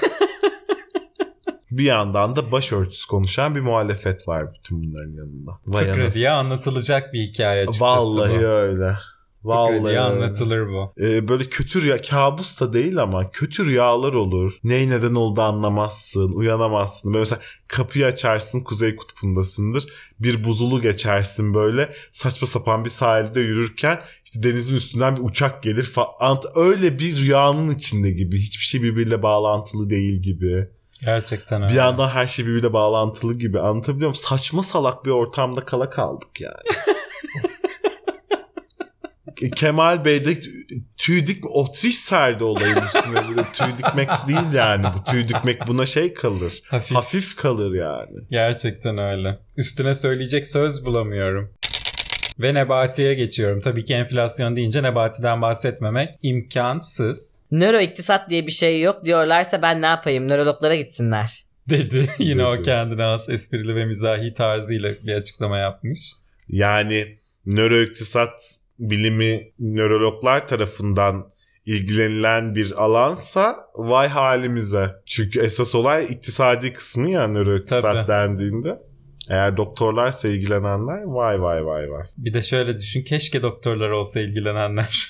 Bir yandan da başörtüsü konuşan bir muhalefet var bütün bunların yanında. Vay Fıkra anasını. diye anlatılacak bir hikaye açıkçası Vallahi bu. öyle. Vallahi Fıkra diye öyle. anlatılır bu. Ee, böyle kötü rüya, kabus da değil ama kötü rüyalar olur. Ney neden oldu anlamazsın, uyanamazsın. Böyle mesela kapıyı açarsın, Kuzey Kutbu'ndasındır. Bir buzulu geçersin böyle, saçma sapan bir sahilde yürürken işte denizin üstünden bir uçak gelir falan. Öyle bir rüyanın içinde gibi. Hiçbir şey birbiriyle bağlantılı değil gibi. Gerçekten öyle. Bir yandan her şey birbiriyle bağlantılı gibi, anlatabiliyor muyum? Saçma salak bir ortamda kala kaldık yani. Kemal Bey de tüy dikme, otriş serdi olayın üstüne. Böyle tüy dikmek değil yani. Bu tüy dikmek buna şey kalır. Hafif. Hafif kalır yani. Gerçekten öyle. Üstüne söyleyecek söz bulamıyorum. Ve Nebati'ye geçiyorum. Tabii ki enflasyon deyince Nebati'den bahsetmemek imkansız. Nöroiktisat diye bir şey yok diyorlarsa ben ne yapayım? Nörologlara gitsinler. Dedi. Yine Dedi. o kendine has esprili ve mizahi tarzıyla bir açıklama yapmış. Yani nöroiktisat bilimi nörologlar tarafından ilgilenilen bir alansa vay halimize. Çünkü esas olay iktisadi kısmı ya nöroiktisat Tabii. dendiğinde. Eğer doktorlarsa ilgilenenler vay vay vay vay. Bir de şöyle düşün. Keşke doktorlar olsa ilgilenenler.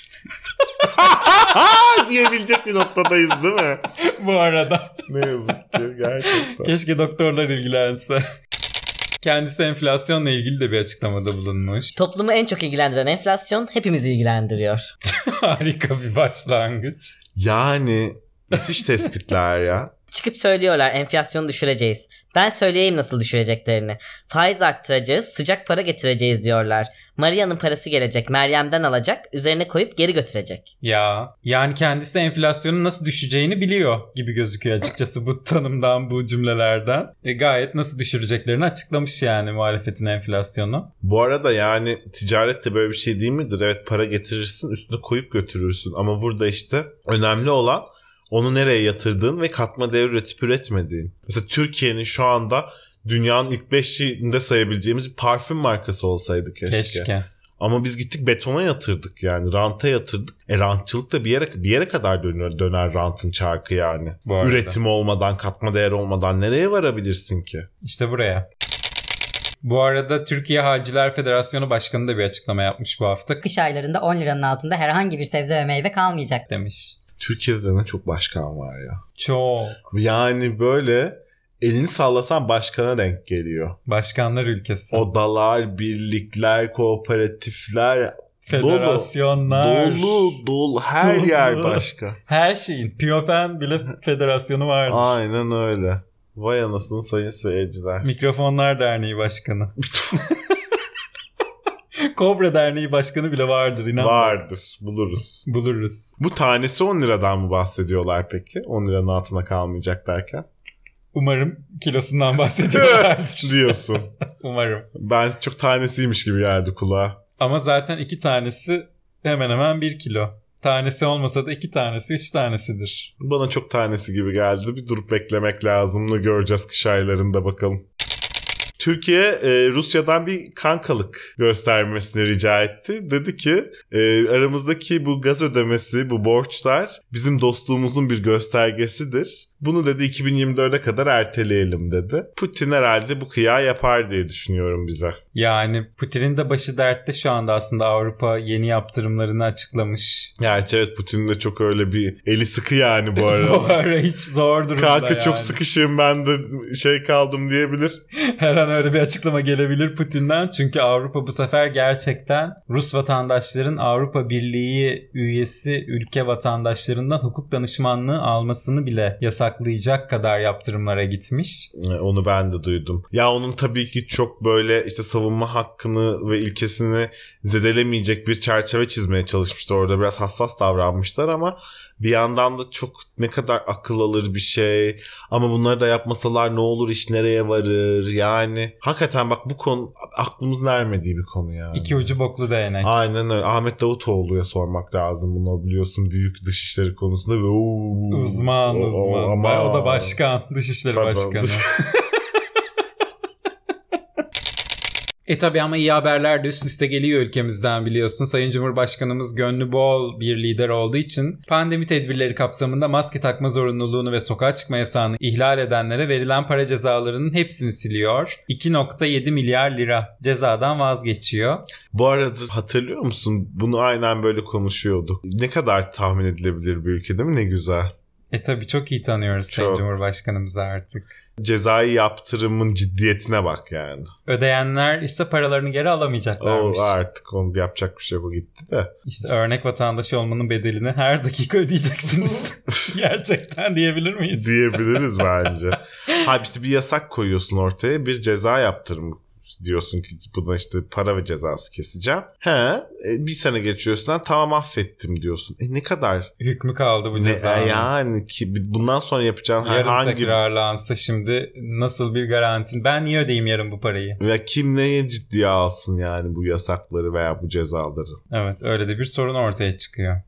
Diyebilecek bir noktadayız değil mi? Bu arada. Ne yazık ki gerçekten. Keşke doktorlar ilgilense. Kendisi enflasyonla ilgili de bir açıklamada bulunmuş. Toplumu en çok ilgilendiren enflasyon hepimizi ilgilendiriyor. Harika bir başlangıç. Yani müthiş tespitler ya. Çıkıp söylüyorlar enflasyonu düşüreceğiz. Ben söyleyeyim nasıl düşüreceklerini. Faiz arttıracağız, sıcak para getireceğiz diyorlar. Maria'nın parası gelecek, Meryem'den alacak, üzerine koyup geri götürecek. Ya yani kendisi enflasyonun nasıl düşeceğini biliyor gibi gözüküyor açıkçası bu tanımdan, bu cümlelerden. E, gayet nasıl düşüreceklerini açıklamış yani muhalefetin enflasyonu. Bu arada yani ticaret de böyle bir şey değil midir? Evet, para getirirsin, üstüne koyup götürürsün. Ama burada işte önemli olan onu nereye yatırdığın ve katma değer üretip üretmediğin. Mesela Türkiye'nin şu anda dünyanın ilk beşinde sayabileceğimiz bir parfüm markası olsaydı keşke. Keşke. Ama biz gittik betona yatırdık yani. Ranta yatırdık. E rantçılık da bir yere bir yere kadar döner, döner rantın çarkı yani. Bu arada. Üretim olmadan, katma değer olmadan nereye varabilirsin ki? İşte buraya. Bu arada Türkiye Halciler Federasyonu Başkanı da bir açıklama yapmış bu hafta. Kış aylarında on liranın altında herhangi bir sebze ve meyve kalmayacak Demiş. Türkiye'de ne çok başkan var ya. Çok. Yani böyle elini sallasan başkana denk geliyor. Başkanlar ülkesi. Odalar, birlikler, kooperatifler, Federasyonlar. Dolu, dolu, her Dolu. yer başka. Her şeyin. Piyopen bile federasyonu vardır. Aynen öyle. Vay anasını sayın seyirciler. Mikrofonlar Derneği Başkanı. Kobra Derneği Başkanı bile vardır inan. Vardır. Buluruz. Buluruz. Bu tanesi on liradan mı bahsediyorlar peki? on liranın altına kalmayacak derken. Umarım kilosundan bahsediyorlardır. Diyorsun. Umarım. Ben çok tanesiymiş gibi geldi kulağa. Ama zaten iki tanesi hemen hemen bir kilo. Tanesi olmasa da iki tanesi, üç tanesidir. Bana çok tanesi gibi geldi. Bir durup beklemek lazım. Bunu göreceğiz kış aylarında bakalım. Türkiye e, Rusya'dan bir kankalık göstermesini rica etti. Dedi ki e, aramızdaki bu gaz ödemesi, bu borçlar bizim dostluğumuzun bir göstergesidir. Bunu dedi iki bin yirmi dörde kadar erteleyelim dedi. Putin herhalde bu kıyağı yapar diye düşünüyorum bize. Yani Putin'in de başı dertte şu anda aslında Avrupa yeni yaptırımlarını açıklamış. Gerçi evet, Putin'in de çok öyle bir eli sıkı yani bu arada. Bu ara hiç zor durumda Kanka yani. çok sıkışığım ben de şey kaldım diyebilir. Her an öyle bir açıklama gelebilir Putin'den. Çünkü Avrupa bu sefer gerçekten Rus vatandaşların Avrupa Birliği üyesi ülke vatandaşlarından hukuk danışmanlığı almasını bile yasaklayacak kadar yaptırımlara gitmiş. Onu ben de duydum. Ya onun tabii ki çok böyle işte savunma hakkını ve ilkesini zedelemeyecek bir çerçeve çizmeye çalışmıştı. Orada biraz hassas davranmışlar ama bir yandan da çok ne kadar akıl alır bir şey. Ama bunları da yapmasalar ne olur, iş nereye varır? Yani hakikaten bak bu konu aklımızın ermediği bir konu yani. İki ucu boklu değnek. Aynen öyle. Ahmet Davutoğlu'ya sormak lazım bunu, biliyorsun büyük dışişleri konusunda. Ve ooo, Uzman o, uzman. O, ama... O da başkan. Dışişleri Tabii. Başkanı. E tabi ama iyi haberler de üst üste geliyor ülkemizden biliyorsun. Sayın Cumhurbaşkanımız gönlü bol bir lider olduğu için pandemi tedbirleri kapsamında maske takma zorunluluğunu ve sokağa çıkma yasağını ihlal edenlere verilen para cezalarının hepsini siliyor. iki virgül yedi milyar lira cezadan vazgeçiyor. Bu arada hatırlıyor musun? Bunu aynen böyle konuşuyorduk. Ne kadar tahmin edilebilir bir ülke değil mi? Ne güzel. E tabii çok iyi tanıyoruz Sayın Çok. Cumhurbaşkanımızı artık. Cezai yaptırımın ciddiyetine bak yani. Ödeyenler ise paralarını geri alamayacaklarmış. O artık onu yapacak bir şey bu gitti de. İşte örnek vatandaş olmanın bedelini her dakika ödeyeceksiniz. Gerçekten diyebilir miyiz? Diyebiliriz bence. Ha işte bir yasak koyuyorsun ortaya, bir ceza yaptırımı diyorsun ki buna işte para ve cezası keseceğim. He, e, bir sene geçiyorsun, tamam affettim diyorsun. E ne kadar? Hükmü kaldı bu Ne, cezanın. e, yani ki bundan sonra yapacağın Yarın herhangi tekrarlansa şimdi nasıl bir garantin? Ben niye ödeyeyim yarın bu parayı? ve kim neye ciddiye alsın yani bu yasakları veya bu cezaları? Evet, öyle de bir sorun ortaya çıkıyor.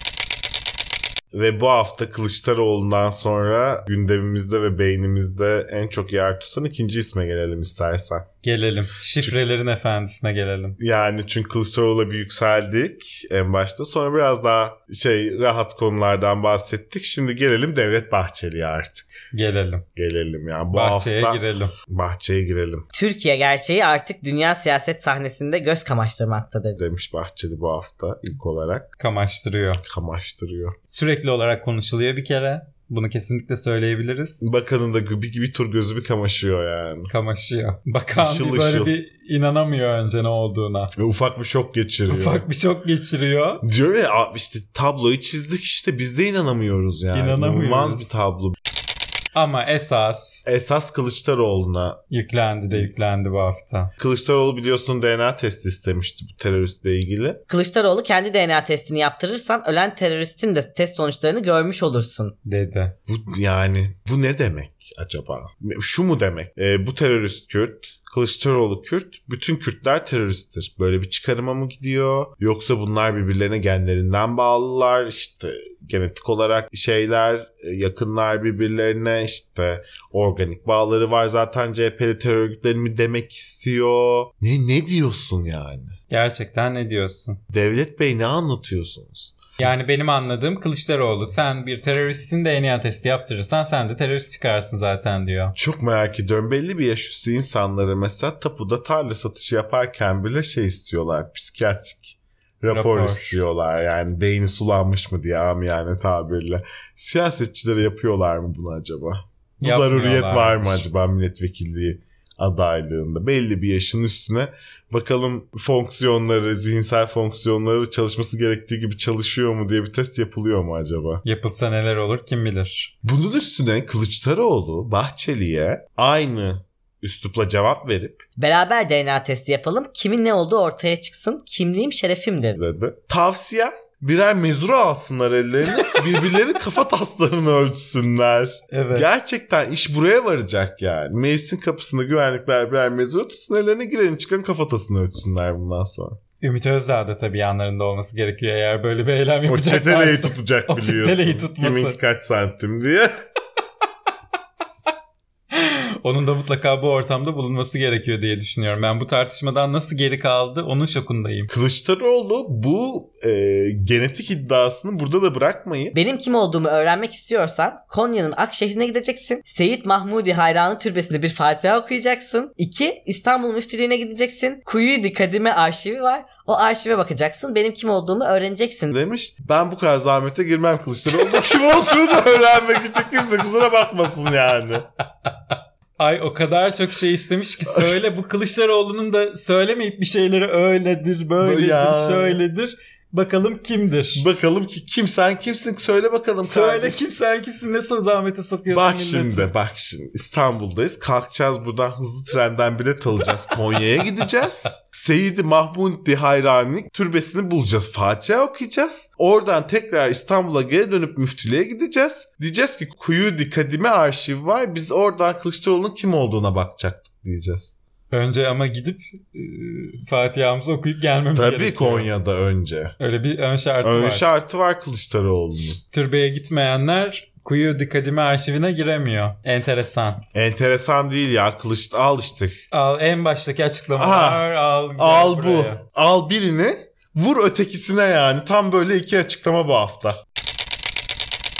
Ve bu hafta Kılıçdaroğlu'ndan sonra gündemimizde ve beynimizde en çok yer tutan ikinci isme gelelim istersen. Gelelim. Şifrelerin efendisine gelelim. Yani çünkü Kılıçdaroğlu'na bir yükseldik en başta. Sonra biraz daha şey rahat konulardan bahsettik. Şimdi gelelim Devlet Bahçeli'ye artık. Gelelim. Gelelim yani bu Bahçeye hafta. girelim. Bahçeye girelim Türkiye gerçeği artık dünya siyaset sahnesinde göz kamaştırmaktadır. demiş Bahçeli bu hafta ilk olarak. Kamaştırıyor. Kamaştırıyor. Sürekli olarak konuşuluyor bir kere. Bunu kesinlikle söyleyebiliriz. Bakanın da bir, bir tur gözü bir kamaşıyor yani. Kamaşıyor. Bakan Işıl bir böyle ışıl. bir inanamıyor önce ne olduğuna. Ve ufak bir şok geçiriyor. Ufak bir şok geçiriyor. Diyor ya işte tabloyu çizdik işte biz de inanamıyoruz yani. İnanamıyoruz. İnanılmaz bir tablo. Ama esas Esas Kılıçdaroğlu'na. yüklendi de yüklendi bu hafta. Kılıçdaroğlu biliyorsun D N A testi istemişti bu teröristle ilgili. Kılıçdaroğlu kendi D N A testini yaptırırsan ölen teröristin de test sonuçlarını görmüş olursun. Dedi. Bu yani bu ne demek acaba? Şu mu demek? Ee, bu terörist Kürt, Kılıçdaroğlu Kürt, bütün Kürtler teröristtir. Böyle bir çıkarıma mı gidiyor? Yoksa bunlar birbirlerine genlerinden bağlılar, işte genetik olarak şeyler, yakınlar birbirlerine, işte organik bağları var zaten C H P'li terör örgütleri mi demek istiyor? Ne ne diyorsun yani? Gerçekten ne diyorsun? Devlet Bey ne anlatıyorsunuz? Yani benim anladığım Kılıçdaroğlu sen bir teröristsin D N A testi yaptırırsan sen de terörist çıkarsın zaten diyor. Çok merak ediyorum. Belli bir yaş üstü insanları mesela tapuda tarla satışı yaparken bile şey istiyorlar. Psikiyatrik rapor, Rapor. istiyorlar. Yani beyni sulanmış mı diye amiyane tabirle. Siyasetçilere yapıyorlar mı bunu acaba? Bu zaruriyet var mı acaba milletvekilliği adaylığında? Belli bir yaşın üstüne bakalım fonksiyonları, zihinsel fonksiyonları çalışması gerektiği gibi çalışıyor mu diye bir test yapılıyor mu acaba? Yapılsa neler olur kim bilir. Bunun üstüne Kılıçdaroğlu Bahçeli'ye aynı üslupla cevap verip Beraber D N A testi yapalım. Kimin ne olduğu ortaya çıksın. Kimliğim şerefimdir. dedi. Tavsiyem birer mezura alsınlar ellerine, birbirlerinin kafa taslarını ölçsünler. Evet. Gerçekten iş buraya varacak yani. Meclisin kapısında güvenlikler birer mezura tutsun, ellerine girenin çıkan kafatasını ölçsünler bundan sonra. Ümit Özdağ da tabii yanlarında olması gerekiyor eğer böyle bir eylem O yapacaklarsa. çeteleyi tutacak O biliyorsun. çeteleyi tutması. Kiminki kaç santim diye. Onun da mutlaka bu ortamda bulunması gerekiyor diye düşünüyorum. Ben bu tartışmadan nasıl geri kaldı onun şokundayım. Kılıçdaroğlu bu e, genetik iddiasını burada da bırakmayıp Benim kim olduğumu öğrenmek istiyorsan Konya'nın Akşehir'ine gideceksin. Seyit Mahmudi Hayranı Türbesi'nde bir Fatiha okuyacaksın. İki, İstanbul Müftülüğü'ne gideceksin. Kuyuydi Kadime arşivi var. O arşive bakacaksın. Benim kim olduğumu öğreneceksin. demiş. Ben bu kadar zahmete girmem Kılıçdaroğlu'nun kim olduğunu öğrenmek için, kimse kusura bakmasın yani. Ay o kadar çok şey istemiş ki söyle bu Kılıçdaroğlu'nun da söylemeyip bir şeyleri öyledir, böyledir, Ya. şöyledir. Bakalım kimdir? Bakalım ki kim, sen kimsin söyle bakalım. Söyle kardeşim. kim sen kimsin ne son zahmete sokuyorsun Bak milleti. şimdi bak şimdi İstanbul'dayız, kalkacağız buradan, hızlı trenden bilet alacağız, Konya'ya gideceğiz. Seyyid-i Mahmudi Hayrani türbesini bulacağız, Fatiha okuyacağız. Oradan tekrar İstanbul'a geri dönüp müftülüğe gideceğiz. Diyeceğiz ki Kuyudi Kadime arşivi var, biz oradan Kılıçdaroğlu'nun kim olduğuna bakacaktık diyeceğiz. Önce ama gidip e, Fatiha'mızı okuyup gelmemiz Tabii gerekiyor. Konya'da önce. Öyle bir ön şartı Ön var. şartı var Kılıçdaroğlu'nun. Türbeye gitmeyenler Kuyudi Kadime arşivine giremiyor. Enteresan. Enteresan değil ya, Kılıç al işte. Al en baştaki açıklamalar al. gel Al bu. buraya. Al birini, vur ötekisine yani. Tam böyle iki açıklama bu hafta.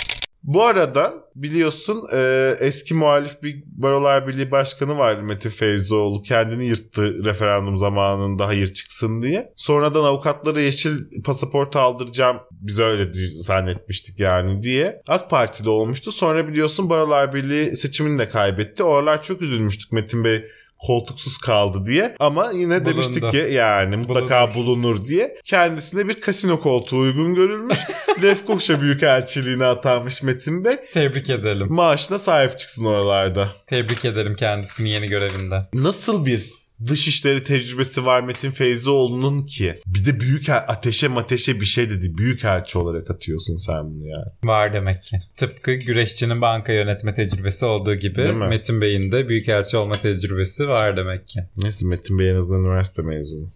Bu arada biliyorsun e, eski muhalif bir Barolar Birliği Başkanı vardı Metin Feyzoğlu. Kendini yırttı referandum zamanında hayır çıksın diye. Sonradan avukatlara yeşil pasaport aldıracağım, biz öyle zannetmiştik yani diye AK Partili olmuştu. Sonra biliyorsun Barolar Birliği seçimini de kaybetti. Oralar çok üzülmüştük Metin Bey koltuksuz kaldı diye. Ama yine Bulundu. demiştik ki yani mutlaka bulunur. bulunur diye. Kendisine bir kasino koltuğu uygun görülmüş. Lefkoşa Büyükelçiliğine atanmış Metin Bey. Tebrik edelim. Maaşına sahip çıksın oralarda. Tebrik ederim kendisini yeni görevinde. Nasıl bir dışişleri tecrübesi var Metin Feyzoğlu'nun ki? Bir de büyük ateşe mateşe bir şey dedi. Büyükelçi olarak atıyorsun sen bunu yani. Var demek ki. Tıpkı güreşçinin banka yönetme tecrübesi olduğu gibi Metin Bey'in de büyükelçi olma tecrübesi var demek ki. Neyse, Metin Bey en azından üniversite mezunu.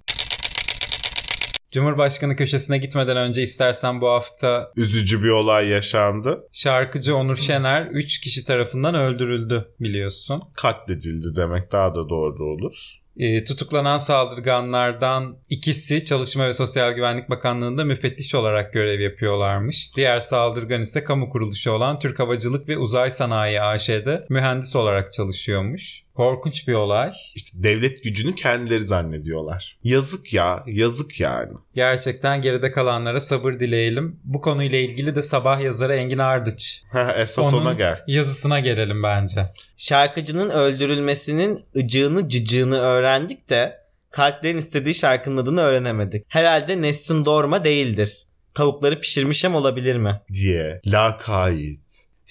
Cumhurbaşkanı köşesine gitmeden önce istersen bu hafta üzücü bir olay yaşandı. Şarkıcı Onur Şener üç kişi tarafından öldürüldü biliyorsun. Katledildi demek daha da doğru olur. E, tutuklanan saldırganlardan ikisi Çalışma ve Sosyal Güvenlik Bakanlığı'nda müfettiş olarak görev yapıyorlarmış. Diğer saldırgan ise kamu kuruluşu olan Türk Havacılık ve Uzay Sanayi A Ş'de mühendis olarak çalışıyormuş. Korkunç bir olay. İşte devlet gücünü kendileri zannediyorlar. Yazık ya, yazık yani. Gerçekten geride kalanlara sabır dileyelim. Bu konuyla ilgili de sabah yazarı Engin Ardıç. Ha, esas Onun ona gel. yazısına gelelim bence. Şarkıcının öldürülmesinin ıcığını cıcığını öğrendik de kalplerin istediği şarkının adını öğrenemedik. Herhalde Nessun Dorma değildir. Tavukları pişirmişem olabilir mi? Diye lakayt,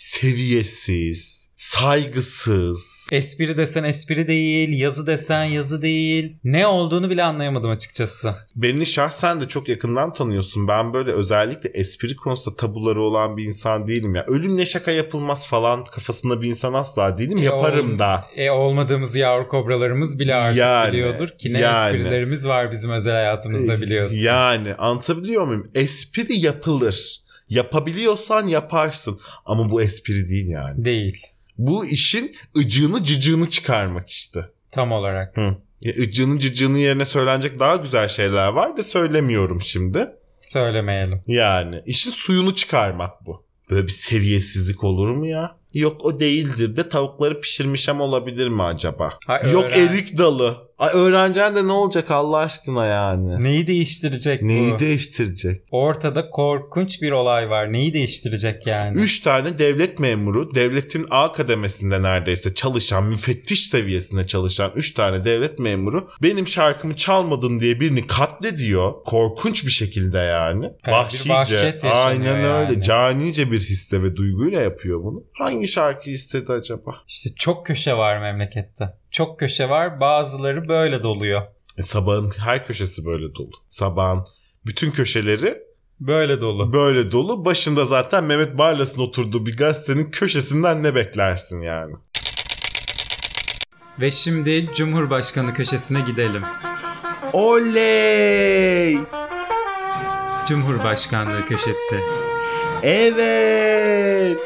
seviyesiz, saygısız. Espri desen espri değil, yazı desen yazı değil. Ne olduğunu bile anlayamadım açıkçası. Beni şahsen de çok yakından tanıyorsun. Ben böyle özellikle espri konusunda tabuları olan bir insan değilim ya. Ölümle şaka yapılmaz falan kafasında bir insan asla değilim. E, Yaparım ol, da. E olmadığımız yavru kobralarımız bile artık yani, biliyordur ki ne yani. esprilerimiz var bizim özel hayatımızda biliyorsun. Yani anlatabiliyor muyum? Espri yapılır. Yapabiliyorsan yaparsın. Ama bu espri değil yani. Değil. Bu işin ıcığını cıcığını çıkarmak işte. Tam olarak. Hı. Ya, ıcığını cıcığını yerine söylenecek daha güzel şeyler var da söylemiyorum şimdi. Söylemeyelim. Yani işin suyunu çıkarmak bu. Böyle bir seviyesizlik olur mu ya? Yok o değildir de tavukları pişirmişem olabilir mi acaba? Ha, Yok öğren... erik dalı. Ay öğreneceksin de ne olacak Allah aşkına yani? Neyi değiştirecek Neyi bu? değiştirecek? Ortada korkunç bir olay var. Neyi değiştirecek yani? Üç tane devlet memuru, devletin A kademesinde neredeyse çalışan, müfettiş seviyesinde çalışan üç tane devlet memuru benim şarkımı çalmadın diye birini katlediyor. Korkunç bir şekilde yani. Evet, Vahşice. bir vahşet yaşanıyor Aynen öyle. yani. Canice bir hisle ve duyguyla yapıyor bunu. Hangi şarkıyı istedi acaba? İşte çok köşe var memlekette. Çok köşe var. Bazıları böyle doluyor. E, sabahın her köşesi böyle dolu. Sabahın bütün köşeleri Böyle dolu. böyle dolu. Başında zaten Mehmet Barlas'ın oturduğu bir gazetenin köşesinden ne beklersin yani? Ve şimdi Cumhurbaşkanı köşesine gidelim. Oley! Cumhurbaşkanlığı köşesi. Evet!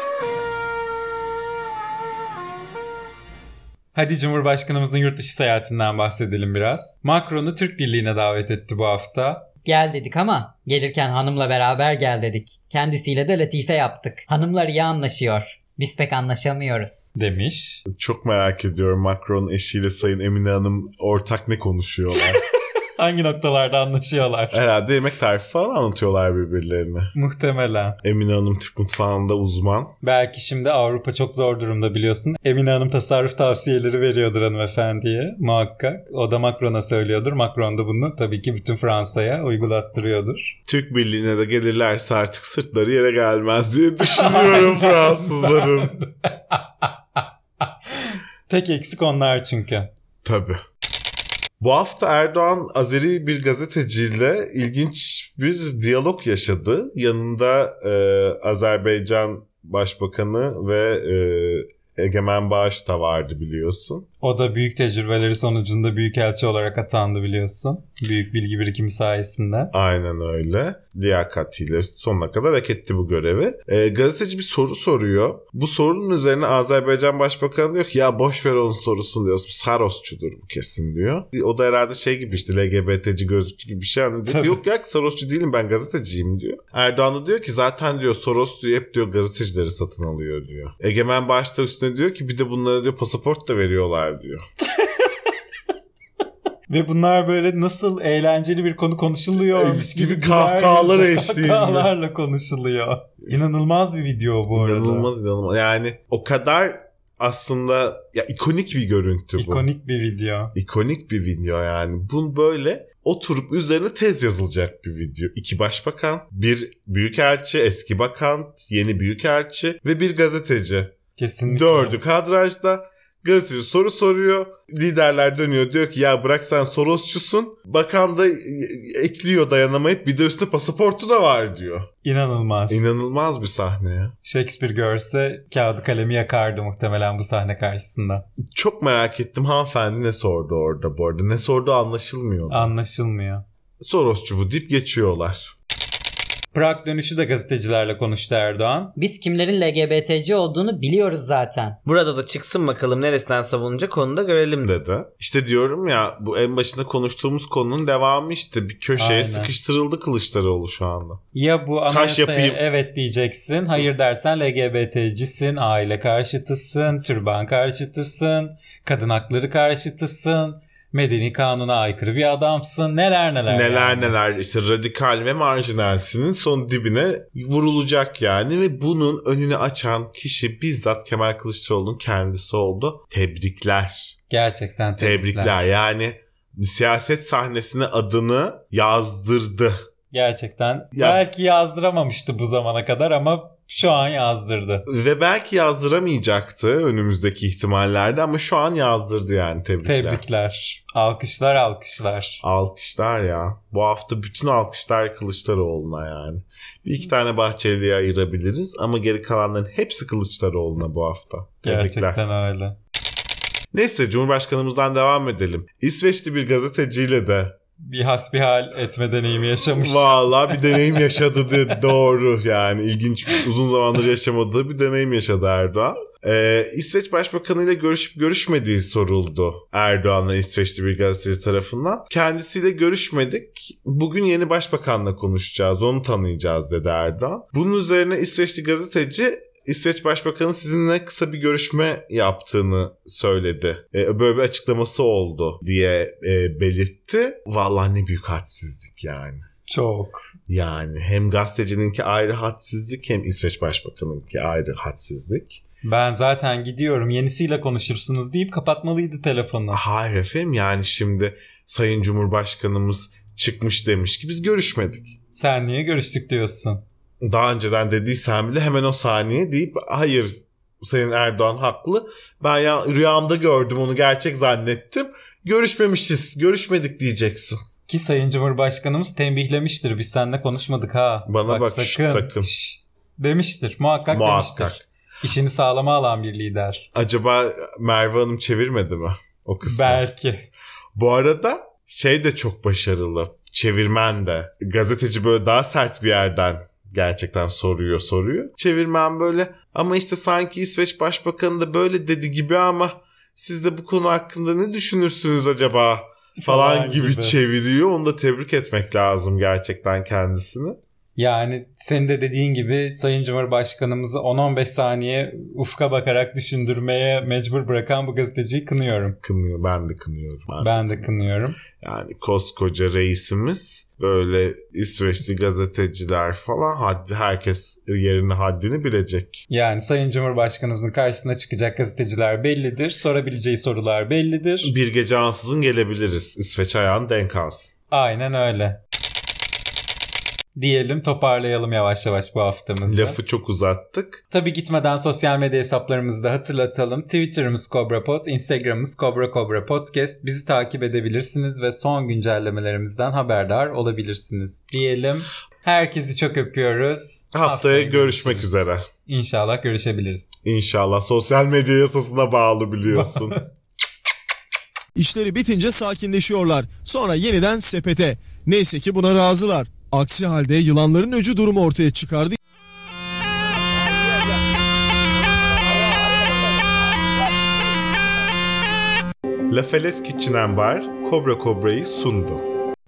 Hadi Cumhurbaşkanımızın yurt dışı seyahatinden bahsedelim biraz. Macron'u Türk Birliği'ne davet etti bu hafta. Gel dedik ama gelirken hanımla beraber gel dedik. Kendisiyle de latife yaptık. Hanımlar iyi anlaşıyor. Biz pek anlaşamıyoruz. Demiş. Çok merak ediyorum Macron eşiyle Sayın Emine Hanım ortak ne konuşuyorlar? Hangi noktalarda anlaşıyorlar? Herhalde yemek tarifi falan anlatıyorlar birbirlerine. Muhtemelen. Emine Hanım Türk mutfağında uzman. Belki şimdi Avrupa çok zor durumda biliyorsun. Emine Hanım tasarruf tavsiyeleri veriyordur hanımefendiye muhakkak. O da Macron'a söylüyordur. Macron da bunu tabii ki bütün Fransa'ya uygulattırıyordur. Türk Birliği'ne de gelirlerse artık sırtları yere gelmez diye düşünüyorum Fransızların. Tek eksik onlar çünkü. Tabii. Bu hafta Erdoğan Azeri bir gazeteciyle ilginç bir diyalog yaşadı. Yanında e, Azerbaycan Başbakanı ve e, Egemen Bağış da vardı biliyorsun. O da büyük tecrübeleri sonucunda büyükelçi olarak atandı biliyorsun. Büyük bilgi birikimi sayesinde. Aynen öyle. Liyakatiyle sonuna kadar hak etti bu görevi. Ee, gazeteci bir soru soruyor. Bu sorunun üzerine Azerbaycan Başbakanı diyor ki ya boş ver onun sorusunu diyor. Sarosçudur bu kesin diyor. O da herhalde şey gibi işte L G B T'ci gözlükçü gibi bir şey anlıyor. Yok ya Sarosçu değilim ben gazeteciyim diyor. Erdoğan da diyor ki zaten diyor Soros diyor hep diyor gazetecileri satın alıyor diyor. Egemen başta üstüne diyor ki bir de bunlara diyor pasaport da veriyorlar diyor. Ve bunlar böyle nasıl eğlenceli bir konu konuşuluyormuş gibi, gibi kahkahalar güler eşliğinde. Kahkahalarla konuşuluyor. İnanılmaz bir video bu arada. İnanılmaz inanılmaz. Yani o kadar aslında ya ikonik bir görüntü bu. İkonik bir video. İkonik bir video yani. Bunun böyle oturup üzerine tez yazılacak bir video. İki başbakan, bir büyükelçi, eski bakan, yeni büyükelçi ve bir gazeteci. Kesinlikle. Dördü kadrajda. Gazeteci soru soruyor. Liderler dönüyor diyor ki ya bırak sen Sorosçusun. Bakan da ekliyor dayanamayıp bir de üstüne pasaportu da var diyor. İnanılmaz. İnanılmaz bir sahne ya. Shakespeare görse kağıdı kalemi yakardı muhtemelen bu sahne karşısında. Çok merak ettim hanımefendi ne sordu orada bu arada. Ne sorduğu anlaşılmıyor. Anlaşılmıyor. Sorosçu bu deyip geçiyorlar. Prag dönüşü de gazetecilerle konuştu Erdoğan. Biz kimlerin L G B T'ci olduğunu biliyoruz zaten. Burada da çıksın bakalım neresinden savunacak onu da görelim de. Dedi. İşte diyorum ya bu en başında konuştuğumuz konunun devamı işte bir köşeye Aynen. sıkıştırıldı Kılıçdaroğlu şu anda. Ya bu Kaş anayasaya yapayım. evet diyeceksin. Hayır dersen L G B T'cisin, aile karşıtısın, türban karşıtısın, kadın hakları karşıtısın. Medeni kanuna aykırı bir adamsın. Neler neler. Neler yani. neler işte radikal ve marjinalsinin son dibine vurulacak yani ve bunun önünü açan kişi bizzat Kemal Kılıçdaroğlu'nun kendisi oldu. Tebrikler. Gerçekten tebrikler. Tebrikler. Yani siyaset sahnesine adını yazdırdı. Gerçekten. Ya- Belki yazdıramamıştı bu zamana kadar ama şu an yazdırdı. Ve belki yazdıramayacaktı önümüzdeki ihtimallerde ama şu an yazdırdı yani tebrikler. Tebrikler. Alkışlar alkışlar. Alkışlar ya. Bu hafta bütün alkışlar Kılıçdaroğlu'na yani. Bir iki tane Bahçeli'ye ayırabiliriz ama geri kalanların hepsi Kılıçdaroğlu'na bu hafta. Tebrikler. Gerçekten öyle. Neyse Cumhurbaşkanımızdan devam edelim. İsveçli bir gazeteciyle de Bir hasbihal etme deneyimi yaşamış. vallahi bir deneyim yaşadı de doğru yani ilginç uzun zamandır yaşamadığı bir deneyim yaşadı Erdoğan. Ee, İsveç Başbakanı ile görüşüp görüşmediği soruldu Erdoğan'la İsveçli bir gazeteci tarafından. Kendisiyle görüşmedik. Bugün yeni başbakanla konuşacağız, onu tanıyacağız dedi Erdoğan. Bunun üzerine İsveçli gazeteci İsveç Başbakanı sizinle kısa bir görüşme yaptığını söyledi. Ee, böyle bir açıklaması oldu diye e, belirtti. Vallahi ne büyük hadsizlik yani. Çok. Yani hem gazetecininki ayrı hadsizlik hem İsveç Başbakanı'nınki ayrı hadsizlik. Ben zaten gidiyorum yenisiyle konuşursunuz deyip kapatmalıydı telefonu. Hayır efendim yani şimdi Sayın Cumhurbaşkanımız çıkmış demiş ki biz görüşmedik. Sen niye görüştük diyorsun? Daha önceden dediysen bile hemen o saniye deyip hayır Sayın Erdoğan haklı. Ben ya rüyamda gördüm onu gerçek zannettim. Görüşmemişiz, görüşmedik diyeceksin. Ki Sayın Cumhurbaşkanımız tembihlemiştir. Biz seninle konuşmadık ha. Bana bak, şş, sakın. Şş, demiştir. Muhakkak, Muhakkak. demiştir. İşini sağlama alan bir lider. Acaba Merve Hanım çevirmedi mi o kısmı? Belki. Bu arada şey de çok başarılı. Çevirmen de. Gazeteci böyle daha sert bir yerden gerçekten soruyor soruyor. Çevirmen böyle ama işte sanki İsveç Başbakanı da böyle dedi gibi ama siz de bu konu hakkında ne düşünürsünüz acaba falan, falan gibi, gibi çeviriyor. Onu da tebrik etmek lazım gerçekten kendisini. Yani senin de dediğin gibi Sayın Cumhurbaşkanımızı on on beş saniye ufka bakarak düşündürmeye mecbur bırakan bu gazeteciyi kınıyorum. Kınıyor, ben de kınıyorum. Ben, ben de kınıyorum. Yani koskoca reisimiz böyle İsveçli gazeteciler falan haddi, herkes yerini haddini bilecek. Yani Sayın Cumhurbaşkanımızın karşısına çıkacak gazeteciler bellidir. Sorabileceği bir bellidir. Bir gece ansızın gelebiliriz. İsveç ayağını denk alsın. Aynen öyle. Diyelim toparlayalım yavaş yavaş bu haftamızı. Lafı çok uzattık. Tabii gitmeden sosyal medya hesaplarımızı da hatırlatalım. Twitter'ımız CobraPod, Instagram'ımız Cobra Cobra Podcast. Bizi takip edebilirsiniz ve son güncellemelerimizden haberdar olabilirsiniz. Diyelim. Herkesi çok öpüyoruz. Haftaya, Haftaya görüşmek görüşürüz. üzere. İnşallah görüşebiliriz. İnşallah. Sosyal medya yasasına bağlı biliyorsun. İşleri bitince sakinleşiyorlar. Sonra yeniden sepete. Neyse ki buna razılar. Aksi halde yılanların öcü durumu ortaya çıkardı. La Falaise Kitchen and Bar Kobra Kobra'yı sundu.